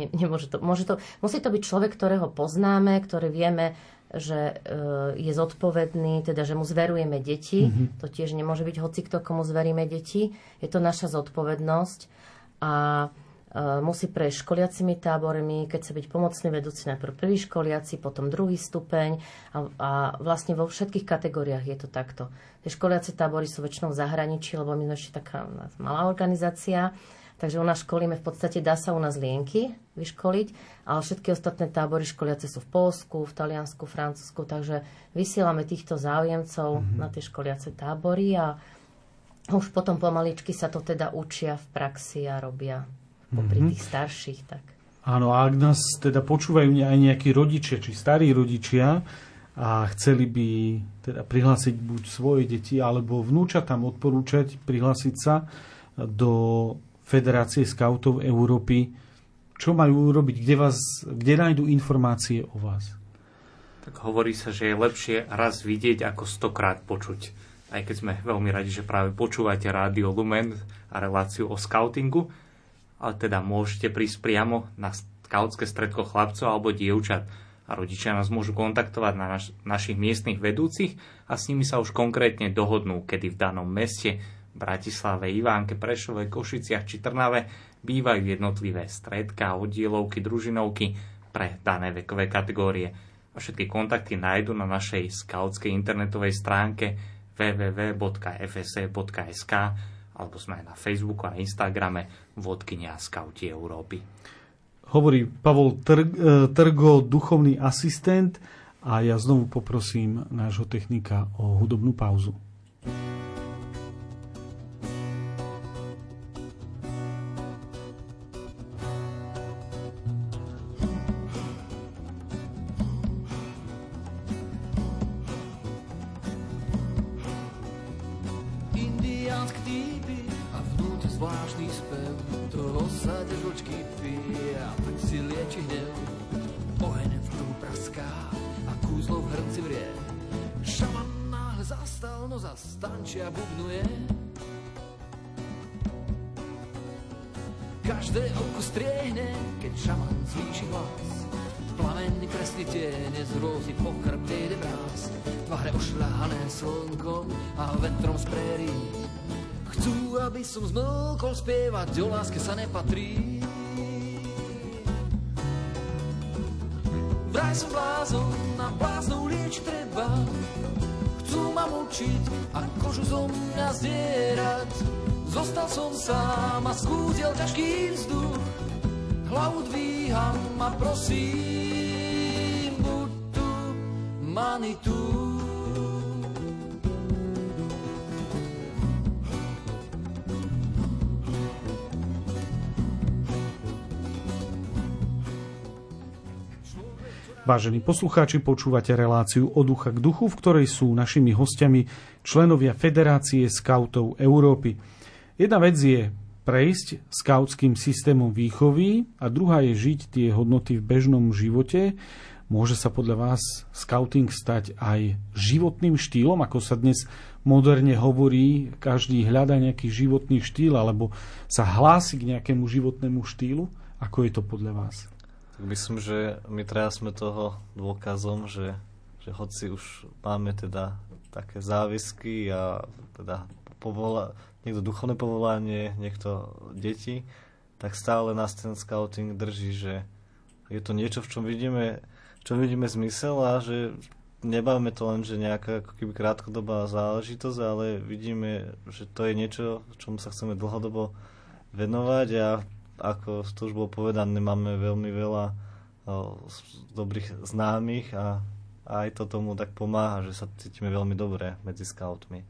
Musí to byť človek, ktorého poznáme, ktorý vieme, že je zodpovedný, teda že mu zverujeme deti. To tiež nemôže byť hocikto, komu zveríme deti. Je to naša zodpovednosť a musí prejsť školiacimi tábormi, keď sa byť pomocný vedúci, najprv prvý školiaci, potom druhý stupeň a vlastne vo všetkých kategóriách je to takto. Tie školiace tábory sú väčšinou v zahraničí, lebo my sme ešte taká malá organizácia, takže u nás školíme v podstate, dá sa u nás lienky vyškoliť, ale všetky ostatné tábory školiace sú v Poľsku, v Taliansku, Francúzsku, takže vysielame týchto záujemcov na tie školiace tábory a už potom pomaličky sa to teda učia v praxi a robia popri tých starších. Tak. Áno, a ak nás teda počúvajú aj nejakí rodičia, či starí rodičia a chceli by teda prihlásiť buď svoje deti, alebo vnúčatám odporúčať prihlásiť sa do Federácie skautov Európy, čo majú urobiť, kde nájdú informácie o vás? Tak hovorí sa, že je lepšie raz vidieť, ako 100-krát počuť. Aj keď sme veľmi radi, že práve počúvate Rádio Lumen a reláciu o skautingu, ale teda môžete prísť priamo na skautské stredko chlapcov alebo dievčat a rodičia nás môžu kontaktovať na našich miestnych vedúcich a s nimi sa už konkrétne dohodnú, kedy v danom meste, Bratislave, Ivánke, Prešove, Košiciach či Trnave bývajú jednotlivé stredka, oddielovky, družinovky pre dané vekové kategórie. A všetky kontakty nájdu na našej skautskej internetovej stránke www.fse.sk alebo sme aj na Facebooku a Instagrame Vodkynia Skauti Európy. Hovorí Pavol Trgo, duchovný asistent a ja znovu poprosím nášho technika o hudobnú pauzu. Každé oko striehne, keď šaman zvýši hlas. Plameň kresli tiene z rôzy po chrbte jde brás. Tváre ošľahané slnkom a vetrom z prérií. Chcú, aby som zmlkol, spievať o láske sa nepatrí. Vraj som blázon, na bláznou liečiť treba. Chcú ma mučiť a kožu zo mňa zdierať. Zostal som sám a skúsil ťažký vzduch. Hlavu dvíham a prosím, buď tu, Manitu. Vážení poslucháči, počúvate reláciu Od ducha k duchu, v ktorej sú našimi hostiami členovia Federácie skautov Európy. Jedna vec je prejsť skautským systémom výchovy a druhá je žiť tie hodnoty v bežnom živote. Môže sa podľa vás skauting stať aj životným štýlom, ako sa dnes moderne hovorí, každý hľadá nejaký životný štýl alebo sa hlási k nejakému životnému štýlu? Ako je to podľa vás? Myslím, že my traja sme toho dôkazom, že hoci už máme teda také záväzky a teda niekto duchovné povolanie, niekto deti, tak stále nás ten scouting drží, že je to niečo, v čom vidíme zmysel a že nebavíme to len, že nejaká ako keby krátkodobá záležitosť, ale vidíme, že to je niečo, čomu sa chceme dlhodobo venovať a ako to už bolo povedané, máme veľmi veľa dobrých známych a aj to tomu tak pomáha, že sa cítime veľmi dobre medzi skautmi.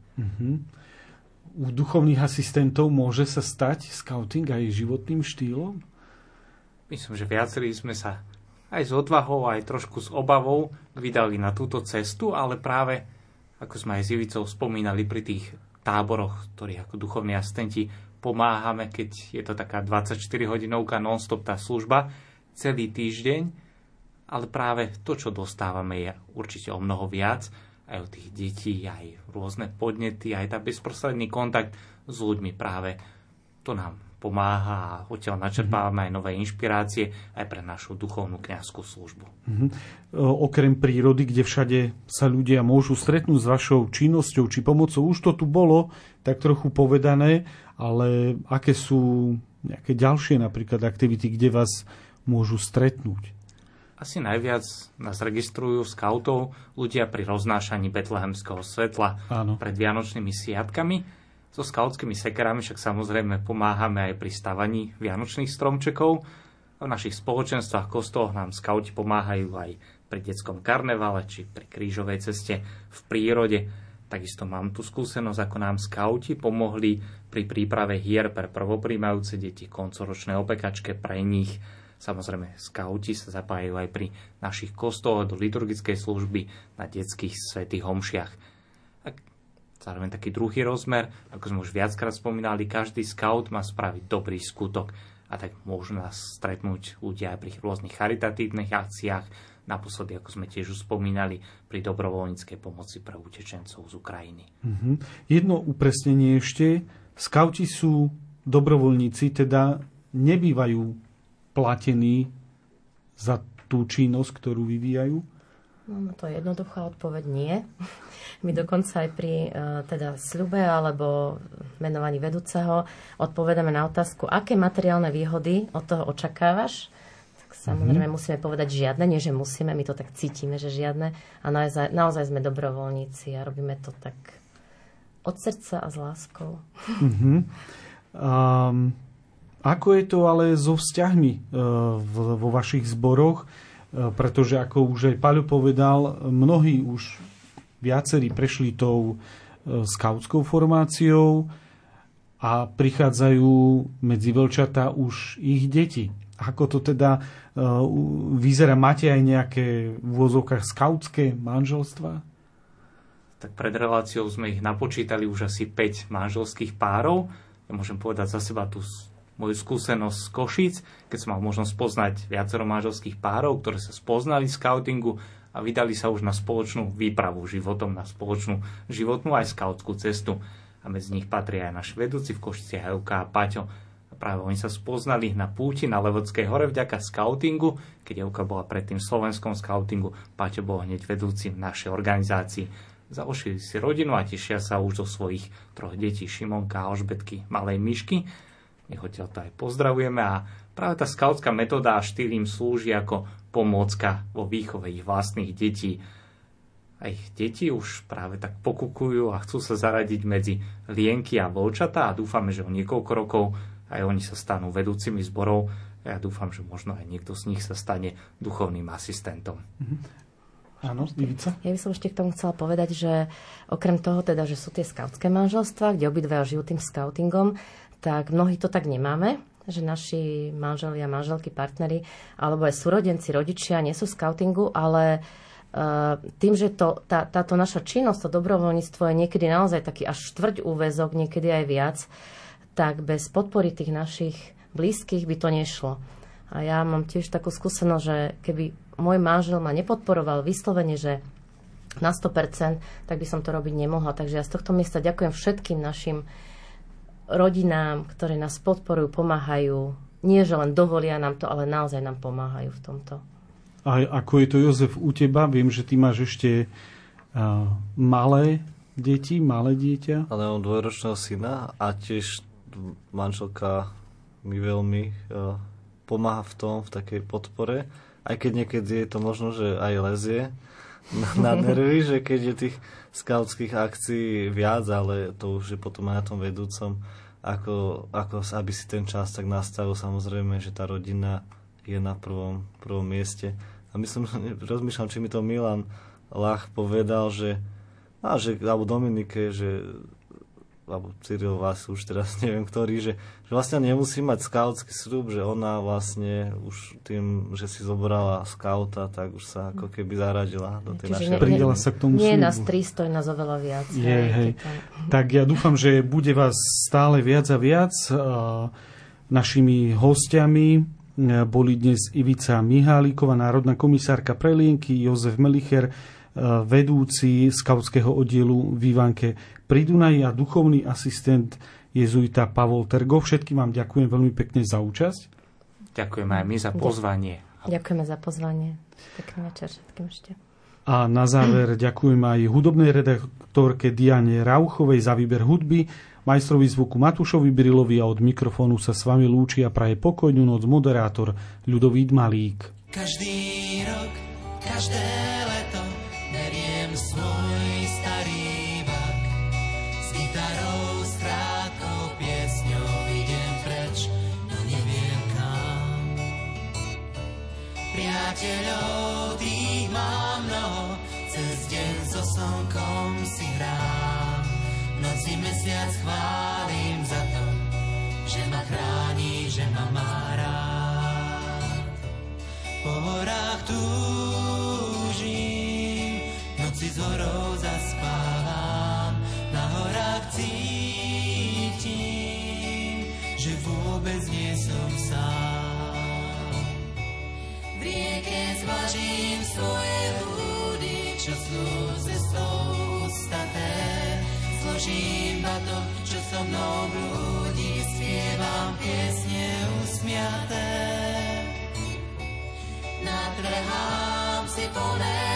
U duchovných asistentov môže sa stať skauting aj životným štýlom? Myslím, že viacerí sme sa aj s odvahou, aj trošku s obavou vydali na túto cestu, ale práve, ako sme aj s Ivicou spomínali pri tých táboroch, ktorých ako duchovní asistenti pomáhame, keď je to taká 24-hodinovka non-stop tá služba celý týždeň, ale práve to, čo dostávame, je určite o mnoho viac, aj od tých detí, aj rôzne podnety, aj tá bezprostredný kontakt s ľuďmi práve to nám pomáha a odtiaľ načerpávame aj nové inšpirácie aj pre našu duchovnú kňazskú službu. Okrem prírody, kde všade sa ľudia môžu stretnúť s vašou činnosťou či pomocou, už to tu bolo tak trochu povedané, ale aké sú nejaké ďalšie napríklad aktivity, kde vás môžu stretnúť? Asi najviac nás registrujú skautov ľudia pri roznášaní betlehemského svetla pred vianočnými sviatkami. So skautskými sekerami však samozrejme pomáhame aj pri stavaní vianočných stromčekov. V našich spoločenstvách kostoloch nám skauti pomáhajú aj pri detskom karnevale či pri krížovej ceste v prírode. Takisto mám tu skúsenosť, ako nám skauti pomohli pri príprave hier pre prvopríjmajúce deti, koncoročnej opekačke pre nich. Samozrejme, skauti sa zapájajú aj pri našich kostoloch do liturgickej služby na detských svätých homšiach. A zároveň taký druhý rozmer, ako sme už viackrát spomínali, každý skaut má spraviť dobrý skutok. A tak môžu nás stretnúť ľudia aj pri rôznych charitatívnych akciách, naposledy, ako sme tiež už spomínali, pri dobrovoľníckej pomoci pre utečencov z Ukrajiny. Jedno upresnenie ešte. Skauti sú dobrovoľníci, teda nebývajú platení za tú činnosť, ktorú vyvíjajú? No to je jednoduchá odpoveď nie. My dokonca aj pri teda sľube alebo menovaní vedúceho odpovedáme na otázku, aké materiálne výhody od toho očakávaš. Samozrejme musíme povedať žiadne, nie že musíme, my to tak cítime, že žiadne. A naozaj sme dobrovoľníci a robíme to tak od srdca a s láskou. Ako je to ale so vzťahmi vo vašich zboroch? Pretože ako už aj Paľo povedal, mnohí už viacerí prešli tou skautskou formáciou a prichádzajú medzi vlčatá už ich deti. Ako to teda vyzerá? Máte aj nejaké v úvodzovkách skautské manželstvá? Tak pred reláciou sme ich napočítali už asi 5 manželských párov. Ja môžem povedať za seba tú moju skúsenosť z Košíc, keď som mal možnosť poznať viacero manželských párov, ktoré sa spoznali v skautingu a vydali sa už na spoločnú výpravu životom, na spoločnú životnú aj skautskú cestu. A medzi nich patrí aj naši vedúci v Košiciach, Euka a Paťo. Práve oni sa spoznali na púti na Levodskej hore vďaka skautingu, keď Euka bola predtým v slovenskom skautingu, Paťo bol hneď vedúcim našej organizácii. Založili si rodinu a tešia sa už zo svojich 3 detí, Šimonka, Alžbetky, malej Myšky. Ich odtiaľ to aj pozdravujeme a práve tá skautská metóda a štýl im slúži ako pomôcka vo výchove ich vlastných detí. A ich deti už práve tak pokukujú a chcú sa zaradiť medzi lienky a vlčatá a dúfame, že o niekoľko rokov aj oni sa stanú vedúcimi zborov. Ja dúfam, že možno aj niekto z nich sa stane duchovným asistentom. Áno, Ivica? Ja by som ešte k tomu chcela povedať, že okrem toho teda, že sú tie skautské manželstvá, kde obidvaja žijú tým skautingom, tak mnohí to tak nemáme, že naši manželia, manželky, partneri alebo aj súrodenci, rodičia nie sú v skautingu, ale tým, že táto naša činnosť, to dobrovoľníctvo je niekedy naozaj taký až štvrť úväzok, niekedy aj viac, tak bez podpory tých našich blízkych by to nešlo. A ja mám tiež takú skúsenosť, že keby môj manžel ma nepodporoval vyslovene, že na 100%, tak by som to robiť nemohla. Takže ja z tohto miesta ďakujem všetkým našim rodinám, ktoré nás podporujú, pomáhajú. Nie, že len dovolia nám to, ale naozaj nám pomáhajú v tomto. A ako je to, Jozef, u teba? Viem, že ty máš ešte malé dieťa. Ale mám 2-ročného syna a tiež manželka mi veľmi pomáha v takej podpore. Aj keď niekedy je to možno, že aj lezie na nervy, že keď je tých skautských akcií viac, ale to už je potom aj na tom vedúcom, ako aby si ten čas tak nastavil. Samozrejme, že tá rodina je na prvom mieste. A rozmýšľam, či mi to Milan Lach povedal, alebo Dominike, alebo Cyril vás už teraz neviem ktorý, že vlastne nemusí mať skautský sľub, že ona vlastne už tým, že si zobrala skauta, tak už sa ako keby zaradila do tej našej rodiny. Pridala sa k tomu nie sľubu. nás 300, nás oveľa viac. Hej. Tak ja dúfam, že bude vás stále viac a viac. Našimi hostiami boli dnes Ivica Mihálíková, národná komisárka pre lienky, Jozef Melicher, vedúci skautského oddielu v Ivanke pri Dunaji a duchovný asistent jezuita Pavol Tergo. Všetkým vám ďakujem veľmi pekne za účasť. Ďakujeme aj my za pozvanie. Ďakujeme za pozvanie. Pekný večer všetkým ešte. A na záver ďakujem aj hudobnej redaktorke Diane Rauchovej za výber hudby, majstrovi zvuku Matúšovi Brilovi a od mikrofónu sa s vami lúči a praje pokojnú noc moderátor Ľudovít Malík. Každý rok, každé leto beriem svoj starý vlak. S gitarou, strátkou, piesňou idem preč, no neviem kam. Priateľov tých mám mnoho, cez deň so slnkom si hrám. Noci mesiac chválim za to, že ma chráni, že ma má rád. Po horách túžim, noci z horou zaspávam, na horách cítim, že vôbec nie som sám. V rieke zvažím svoje húdy, čo sú cestou ustaté. Zložím bato, čo so mnou blúdi, spievam piesne usmiaté. Natrhám si plné